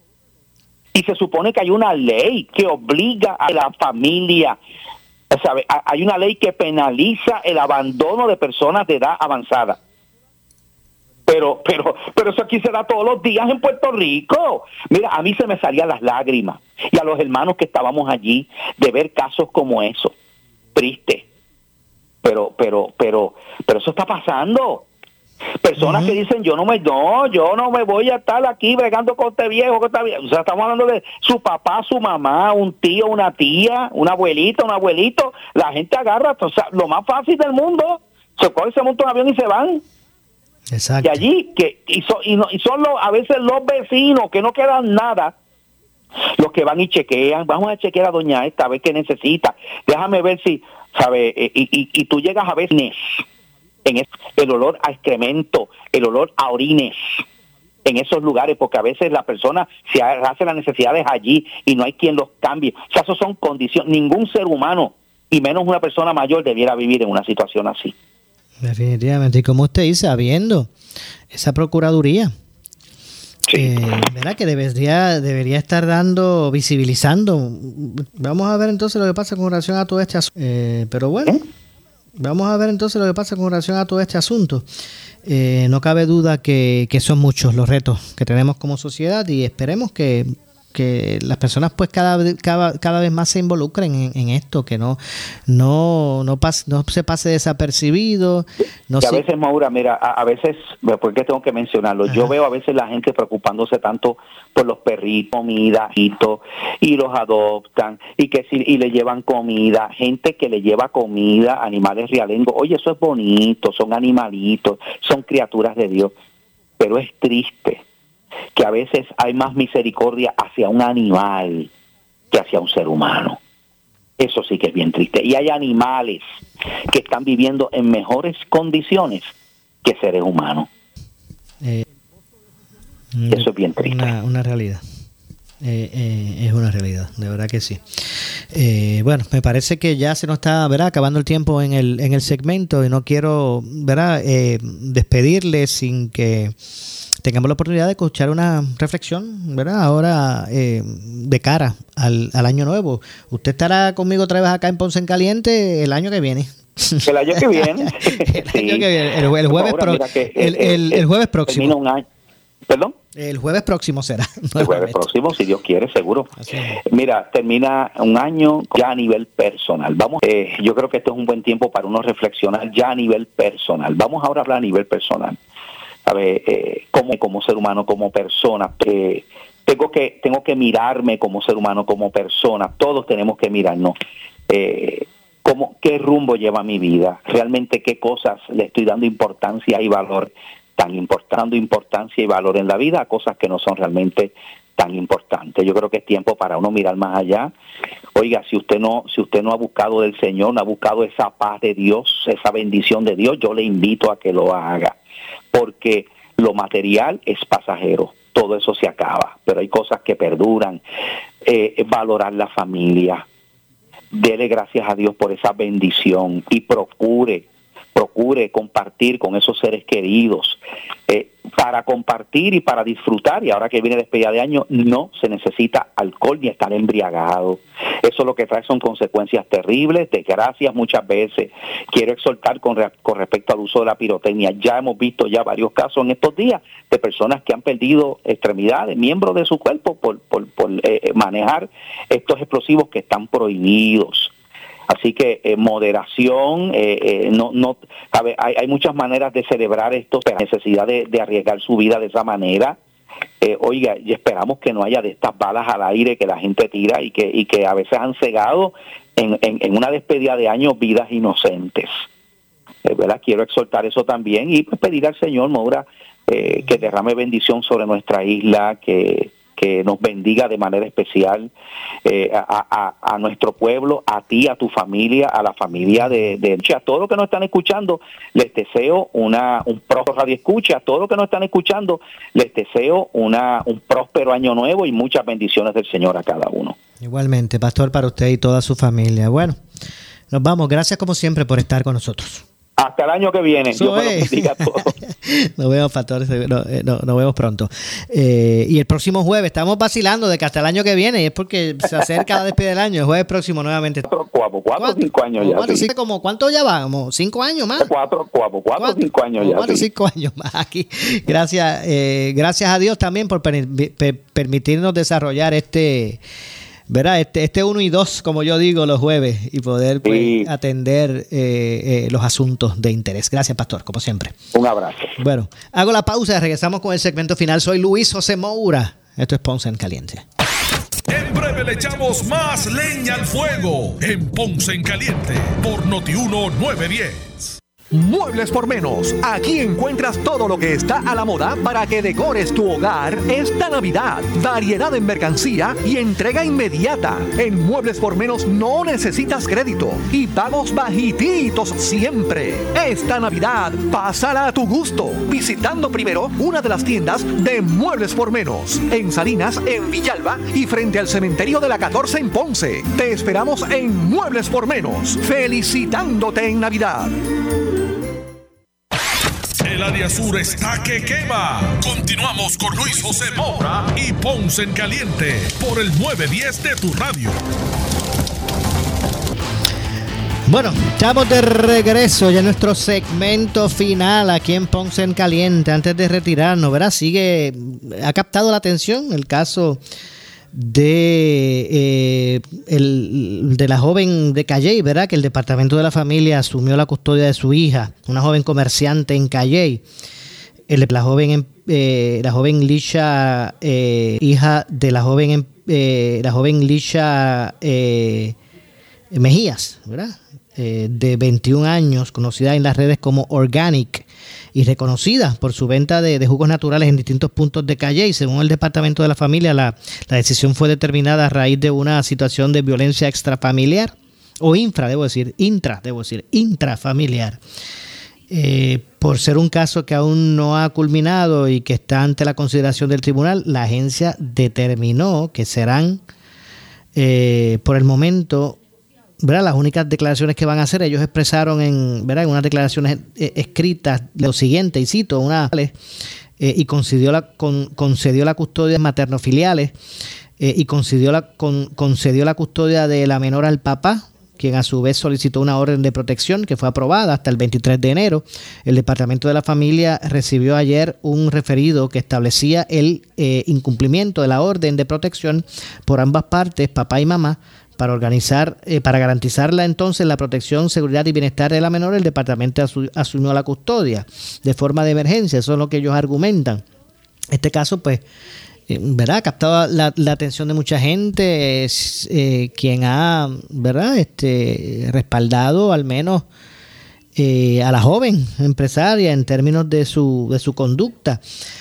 Y se supone que hay una ley que obliga a la familia, ¿sabe? Hay una ley que penaliza el abandono de personas de edad avanzada. Pero eso aquí se da todos los días en Puerto Rico. Mira, a mí se me salían las lágrimas, y a los hermanos que estábamos allí, de ver casos como eso. Triste. Pero eso está pasando. Personas que dicen, yo no me voy a estar aquí bregando con este viejo, con esta vieja. O sea, estamos hablando de su papá, su mamá, un tío, una tía, una abuelita, un abuelito. La gente agarra, o sea, lo más fácil del mundo, se coge, se monta un avión y se van. Exacto. Y allí, son a veces los vecinos, que no quedan nada, los que van y chequean. Vamos a chequear a doña esta, a ver qué necesita. Déjame ver si, ¿sabe? Y tú llegas a ver el olor a excremento, el olor a orines en esos lugares, porque a veces la persona se hace las necesidades allí y no hay quien los cambie. O sea, eso son condiciones. Ningún ser humano, y menos una persona mayor, debiera vivir en una situación así. Definitivamente. Y como usted dice, habiendo esa procuraduría, ¿verdad? Que debería estar visibilizando. Vamos a ver entonces lo que pasa con relación a todo este asunto. Pero bueno, vamos a ver entonces lo que pasa con relación a todo este asunto. No cabe duda que son muchos los retos que tenemos como sociedad, y esperemos que las personas pues cada vez más se involucren en esto, que no se pase desapercibido. A veces, Maura, mira, a veces, porque tengo que mencionarlo, yo veo a veces la gente preocupándose tanto por los perritos, comida, y los adoptan, y le llevan comida, gente que le lleva comida, animales realengos. Oye, eso es bonito, son animalitos, son criaturas de Dios, pero es triste que a veces hay más misericordia hacia un animal que hacia un ser humano. Eso sí que es bien triste. Y hay animales que están viviendo en mejores condiciones que seres humanos. Eso es bien triste. Una realidad. Es una realidad, de verdad que sí. Bueno, me parece que ya se nos está, ¿verdad?, acabando el tiempo en el segmento, y no quiero, ¿verdad?, despedirle sin que tengamos la oportunidad de escuchar una reflexión, ¿verdad?, ahora de cara al año nuevo. Usted estará conmigo otra vez acá en Ponce en Caliente el año que viene. El año que viene. El jueves próximo. Termina un año. ¿Perdón? El jueves próximo será. El jueves próximo, si Dios quiere, seguro. Mira, termina un año ya a nivel personal. Yo creo que esto es un buen tiempo para uno reflexionar ya a nivel personal. Vamos ahora a hablar a nivel personal. A ver, como ser humano, como persona, tengo que mirarme como ser humano, como persona. Todos tenemos que mirarnos. ¿Qué rumbo lleva mi vida? Realmente, ¿qué cosas le estoy dando importancia y valor? Dando importancia y valor en la vida a cosas que no son realmente tan importantes. Yo creo que es tiempo para uno mirar más allá. Oiga, si usted no ha buscado del Señor, no ha buscado esa paz de Dios, esa bendición de Dios, yo le invito a que lo haga. Porque lo material es pasajero, todo eso se acaba, pero hay cosas que perduran. Valorar la familia, dele gracias a Dios por esa bendición y procure compartir con esos seres queridos. para compartir y para disfrutar, y ahora que viene despedida de año, no se necesita alcohol ni estar embriagado. Eso lo que trae son consecuencias terribles, desgracias muchas veces. Quiero exhortar con respecto al uso de la pirotecnia. Ya hemos visto ya varios casos en estos días de personas que han perdido extremidades, miembros de su cuerpo por manejar estos explosivos que están prohibidos. Así que moderación, hay muchas maneras de celebrar esto, pero la necesidad de arriesgar su vida de esa manera. Oiga, y esperamos que no haya de estas balas al aire que la gente tira y que a veces han cegado en una despedida de año vidas inocentes. ¿Verdad? Quiero exhortar eso también y pues pedir al Señor, Moura, que derrame bendición sobre nuestra isla, que nos bendiga de manera especial a nuestro pueblo, a ti, a tu familia, a la familia a todos los que nos están escuchando, les deseo un próspero radio escucha, a todos los que nos están escuchando, les deseo un próspero año nuevo y muchas bendiciones del Señor a cada uno. Igualmente, pastor, para usted y toda su familia. Bueno, nos vamos. Gracias como siempre por estar con nosotros. Hasta el año que viene. Dios me lo bendiga a todos. Nos vemos, pastores. Nos vemos pronto. Y el próximo jueves, estamos vacilando de que hasta el año que viene, y es porque se acerca la despedida del año. El jueves próximo nuevamente. 4 o 5 años ya. Sí. ¿Cuánto ya vamos? ¿5 años más? 4 o 5 años ya. 4 o 5 años más aquí. Gracias a Dios también por permitirnos desarrollar ¿verdad? Este 1 y 2, como yo digo, los jueves y poder atender los asuntos de interés. Gracias, pastor, como siempre. Un abrazo. Bueno, hago la pausa y regresamos con el segmento final. Soy Luis José Moura. Esto es Ponce en Caliente. En breve le echamos más leña al fuego en Ponce en Caliente por Noti1 910. Muebles por Menos. Aquí encuentras todo lo que está a la moda para que decores tu hogar esta Navidad. Variedad en mercancía y entrega inmediata. En Muebles por Menos no necesitas crédito y pagos bajititos siempre. Esta Navidad, pásala a tu gusto, visitando primero una de las tiendas de Muebles por Menos. En Salinas, en Villalba y frente al cementerio de la 14 en Ponce. Te esperamos en Muebles por Menos. Felicitándote en Navidad. El área sur está que quema. Continuamos con Luis José Moura y Ponce en Caliente por el 910 de tu radio. Bueno, estamos de regreso ya en nuestro segmento final aquí en Ponce en Caliente. Antes de retirarnos, ¿verdad? Ha captado la atención el caso de la joven de Calley, ¿verdad? Que el Departamento de la Familia asumió la custodia de su hija, una joven comerciante en Calley. La joven Lisha, hija de la joven Lisha Mejías, ¿verdad? De 21 años, conocida en las redes como Organic y reconocida por su venta de jugos naturales en distintos puntos de Calley. Según el Departamento de la Familia, la decisión fue determinada a raíz de una situación de violencia extrafamiliar, o intrafamiliar, por ser un caso que aún no ha culminado y que está ante la consideración del tribunal. La agencia determinó que serán, por el momento, ¿verdad?, las únicas declaraciones que van a hacer. Ellos expresaron en unas declaraciones escritas lo siguiente, y cito, y concedió la custodia materno-filiales y concedió la custodia de la menor al papá, quien a su vez solicitó una orden de protección que fue aprobada hasta el 23 de enero. El Departamento de la Familia recibió ayer un referido que establecía el incumplimiento de la orden de protección por ambas partes, papá y mamá. Para garantizar entonces la protección, seguridad y bienestar de la menor, el departamento asumió la custodia de forma de emergencia. Eso es lo que ellos argumentan. Este caso, pues, ¿verdad?, ha captado la atención de mucha gente, quien ha, ¿verdad?, respaldado al menos a la joven empresaria en términos de su conducta.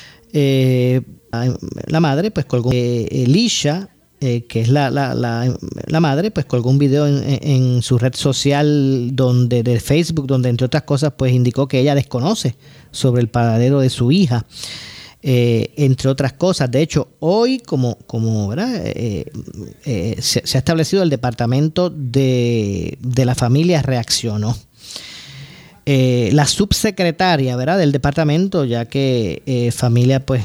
La madre, pues, colgó Elisha, que es la madre, pues colgó un video en su red social de Facebook, donde entre otras cosas pues indicó que ella desconoce sobre el paradero de su hija, entre otras cosas. De hecho, hoy como ¿verdad?, se ha establecido, el Departamento de la Familia reaccionó. la subsecretaria, ¿verdad?, del departamento, ya que familia, pues,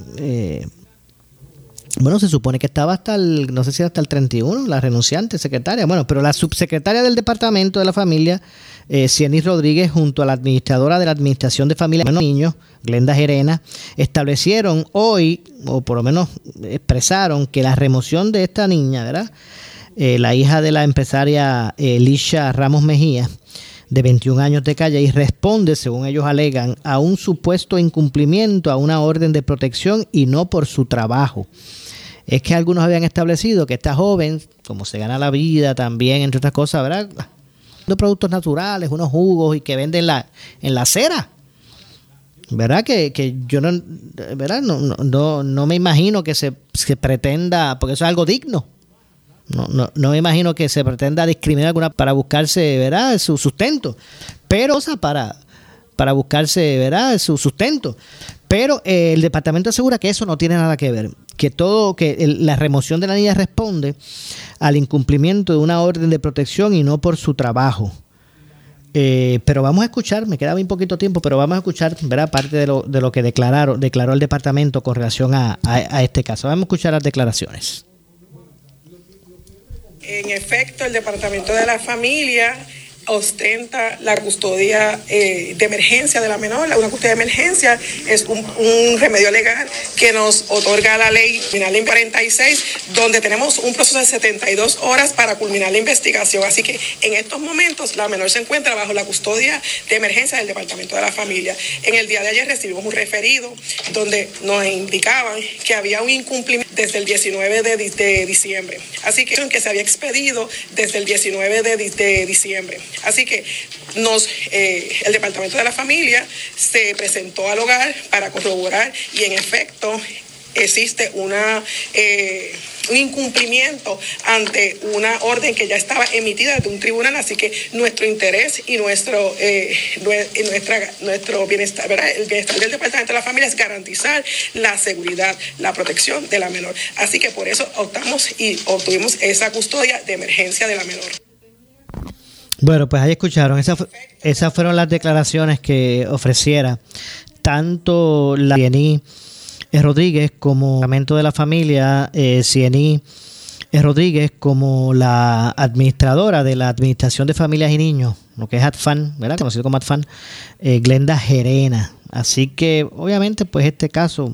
bueno, se supone que estaba no sé si hasta el 31, la renunciante secretaria. Bueno, pero la subsecretaria del Departamento de la Familia, Cieny Rodríguez, junto a la administradora de la Administración de Familia y Niños, Glenda Gerena, establecieron hoy, o por lo menos expresaron, que la remoción de esta niña, ¿verdad?, la hija de la empresaria Lisha Ramos Mejía, de 21 años de Calle, responde, según ellos alegan, a un supuesto incumplimiento a una orden de protección y no por su trabajo. Es que algunos habían establecido que esta joven, como se gana la vida también, entre otras cosas, ¿verdad?, de productos naturales, unos jugos y que venden en la acera, ¿verdad? Que yo no, ¿verdad?, no me imagino que se pretenda, porque eso es algo digno. No me imagino que se pretenda discriminar alguna para buscarse, ¿verdad?, su sustento, pero para buscarse, ¿verdad?, su sustento. Pero el departamento asegura que eso no tiene nada que ver, que la remoción de la niña responde al incumplimiento de una orden de protección y no por su trabajo. Pero vamos a escuchar, me queda bien poquito tiempo, pero vamos a escuchar, ¿verdad?, parte de lo que declaró el departamento con relación a este caso. Vamos a escuchar las declaraciones. En efecto, el Departamento de la Familia ostenta la custodia de emergencia de la menor. Una custodia de emergencia es un remedio legal que nos otorga la ley criminal en 46, donde tenemos un proceso de 72 horas para culminar la investigación. Así que en estos momentos la menor se encuentra bajo la custodia de emergencia del Departamento de la Familia. En el día de ayer recibimos un referido donde nos indicaban que había un incumplimiento desde el 19 de diciembre. Así que se había expedido desde el 19 de diciembre. Así que el Departamento de la Familia se presentó al hogar para corroborar y en efecto existe un incumplimiento ante una orden que ya estaba emitida desde un tribunal. Así que nuestro interés y nuestro bienestar, ¿verdad?, el bienestar del Departamento de la Familia es garantizar la seguridad, la protección de la menor. Así que por eso optamos y obtuvimos esa custodia de emergencia de la menor. Bueno, pues ahí escucharon. Esas fueron las declaraciones que ofreciera tanto la Cieny Rodríguez como el Departamento de la Familia, Cieny Rodríguez como la administradora de la Administración de Familias y Niños, lo que es ADFAN, ¿verdad?, conocido como ADFAN, Glenda Gerena. Así que obviamente pues este caso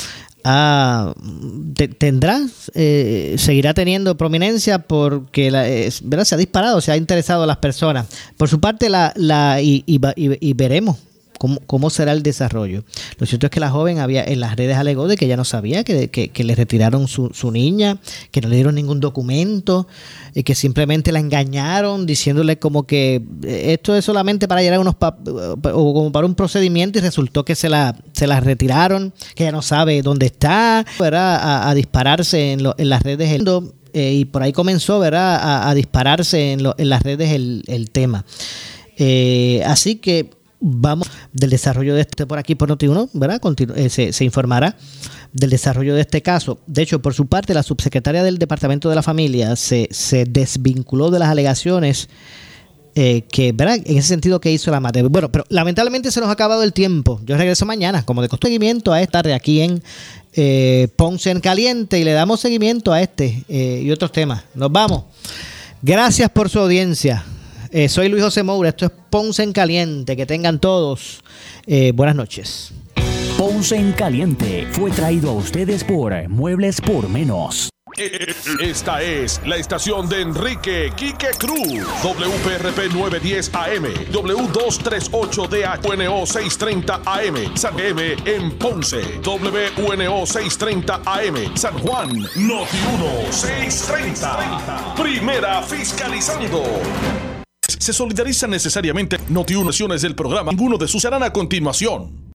seguirá teniendo prominencia porque ¿verdad?, se ha disparado, se ha interesado a las personas. Por su parte, y veremos cómo será el desarrollo. Lo cierto es que la joven en las redes alegó de que ella no sabía que le retiraron su niña, que no le dieron ningún documento, y que simplemente la engañaron diciéndole como que esto es solamente para llenar o como para un procedimiento, y resultó que se la retiraron, que ella no sabe dónde está, ¿verdad?, a dispararse en las redes y por ahí comenzó, ¿verdad?, a dispararse en las redes el tema. Así que vamos del desarrollo de por aquí por Noti1, ¿verdad? Se informará del desarrollo de este caso. De hecho, por su parte, la subsecretaria del Departamento de la Familia se desvinculó de las alegaciones que, ¿verdad?, en ese sentido que hizo la madre. Bueno, pero lamentablemente se nos ha acabado el tiempo. Yo regreso mañana, como de seguimiento a esta tarde aquí en Ponce en Caliente, y le damos seguimiento a este y otros temas. Nos vamos. Gracias por su audiencia. Soy Luis José Moura, esto es Ponce en Caliente. Que tengan todos buenas noches. Ponce en Caliente fue traído a ustedes por Muebles por Menos. Esta es la estación de Enrique Quique Cruz. WPRP 910 AM, W238DH, WNO 630 AM, San M en Ponce, WNO 630 AM, San Juan, Noti 1 630. Primera fiscalizando. Se solidariza necesariamente Noti 1 del programa. Ninguno de sus serán a continuación.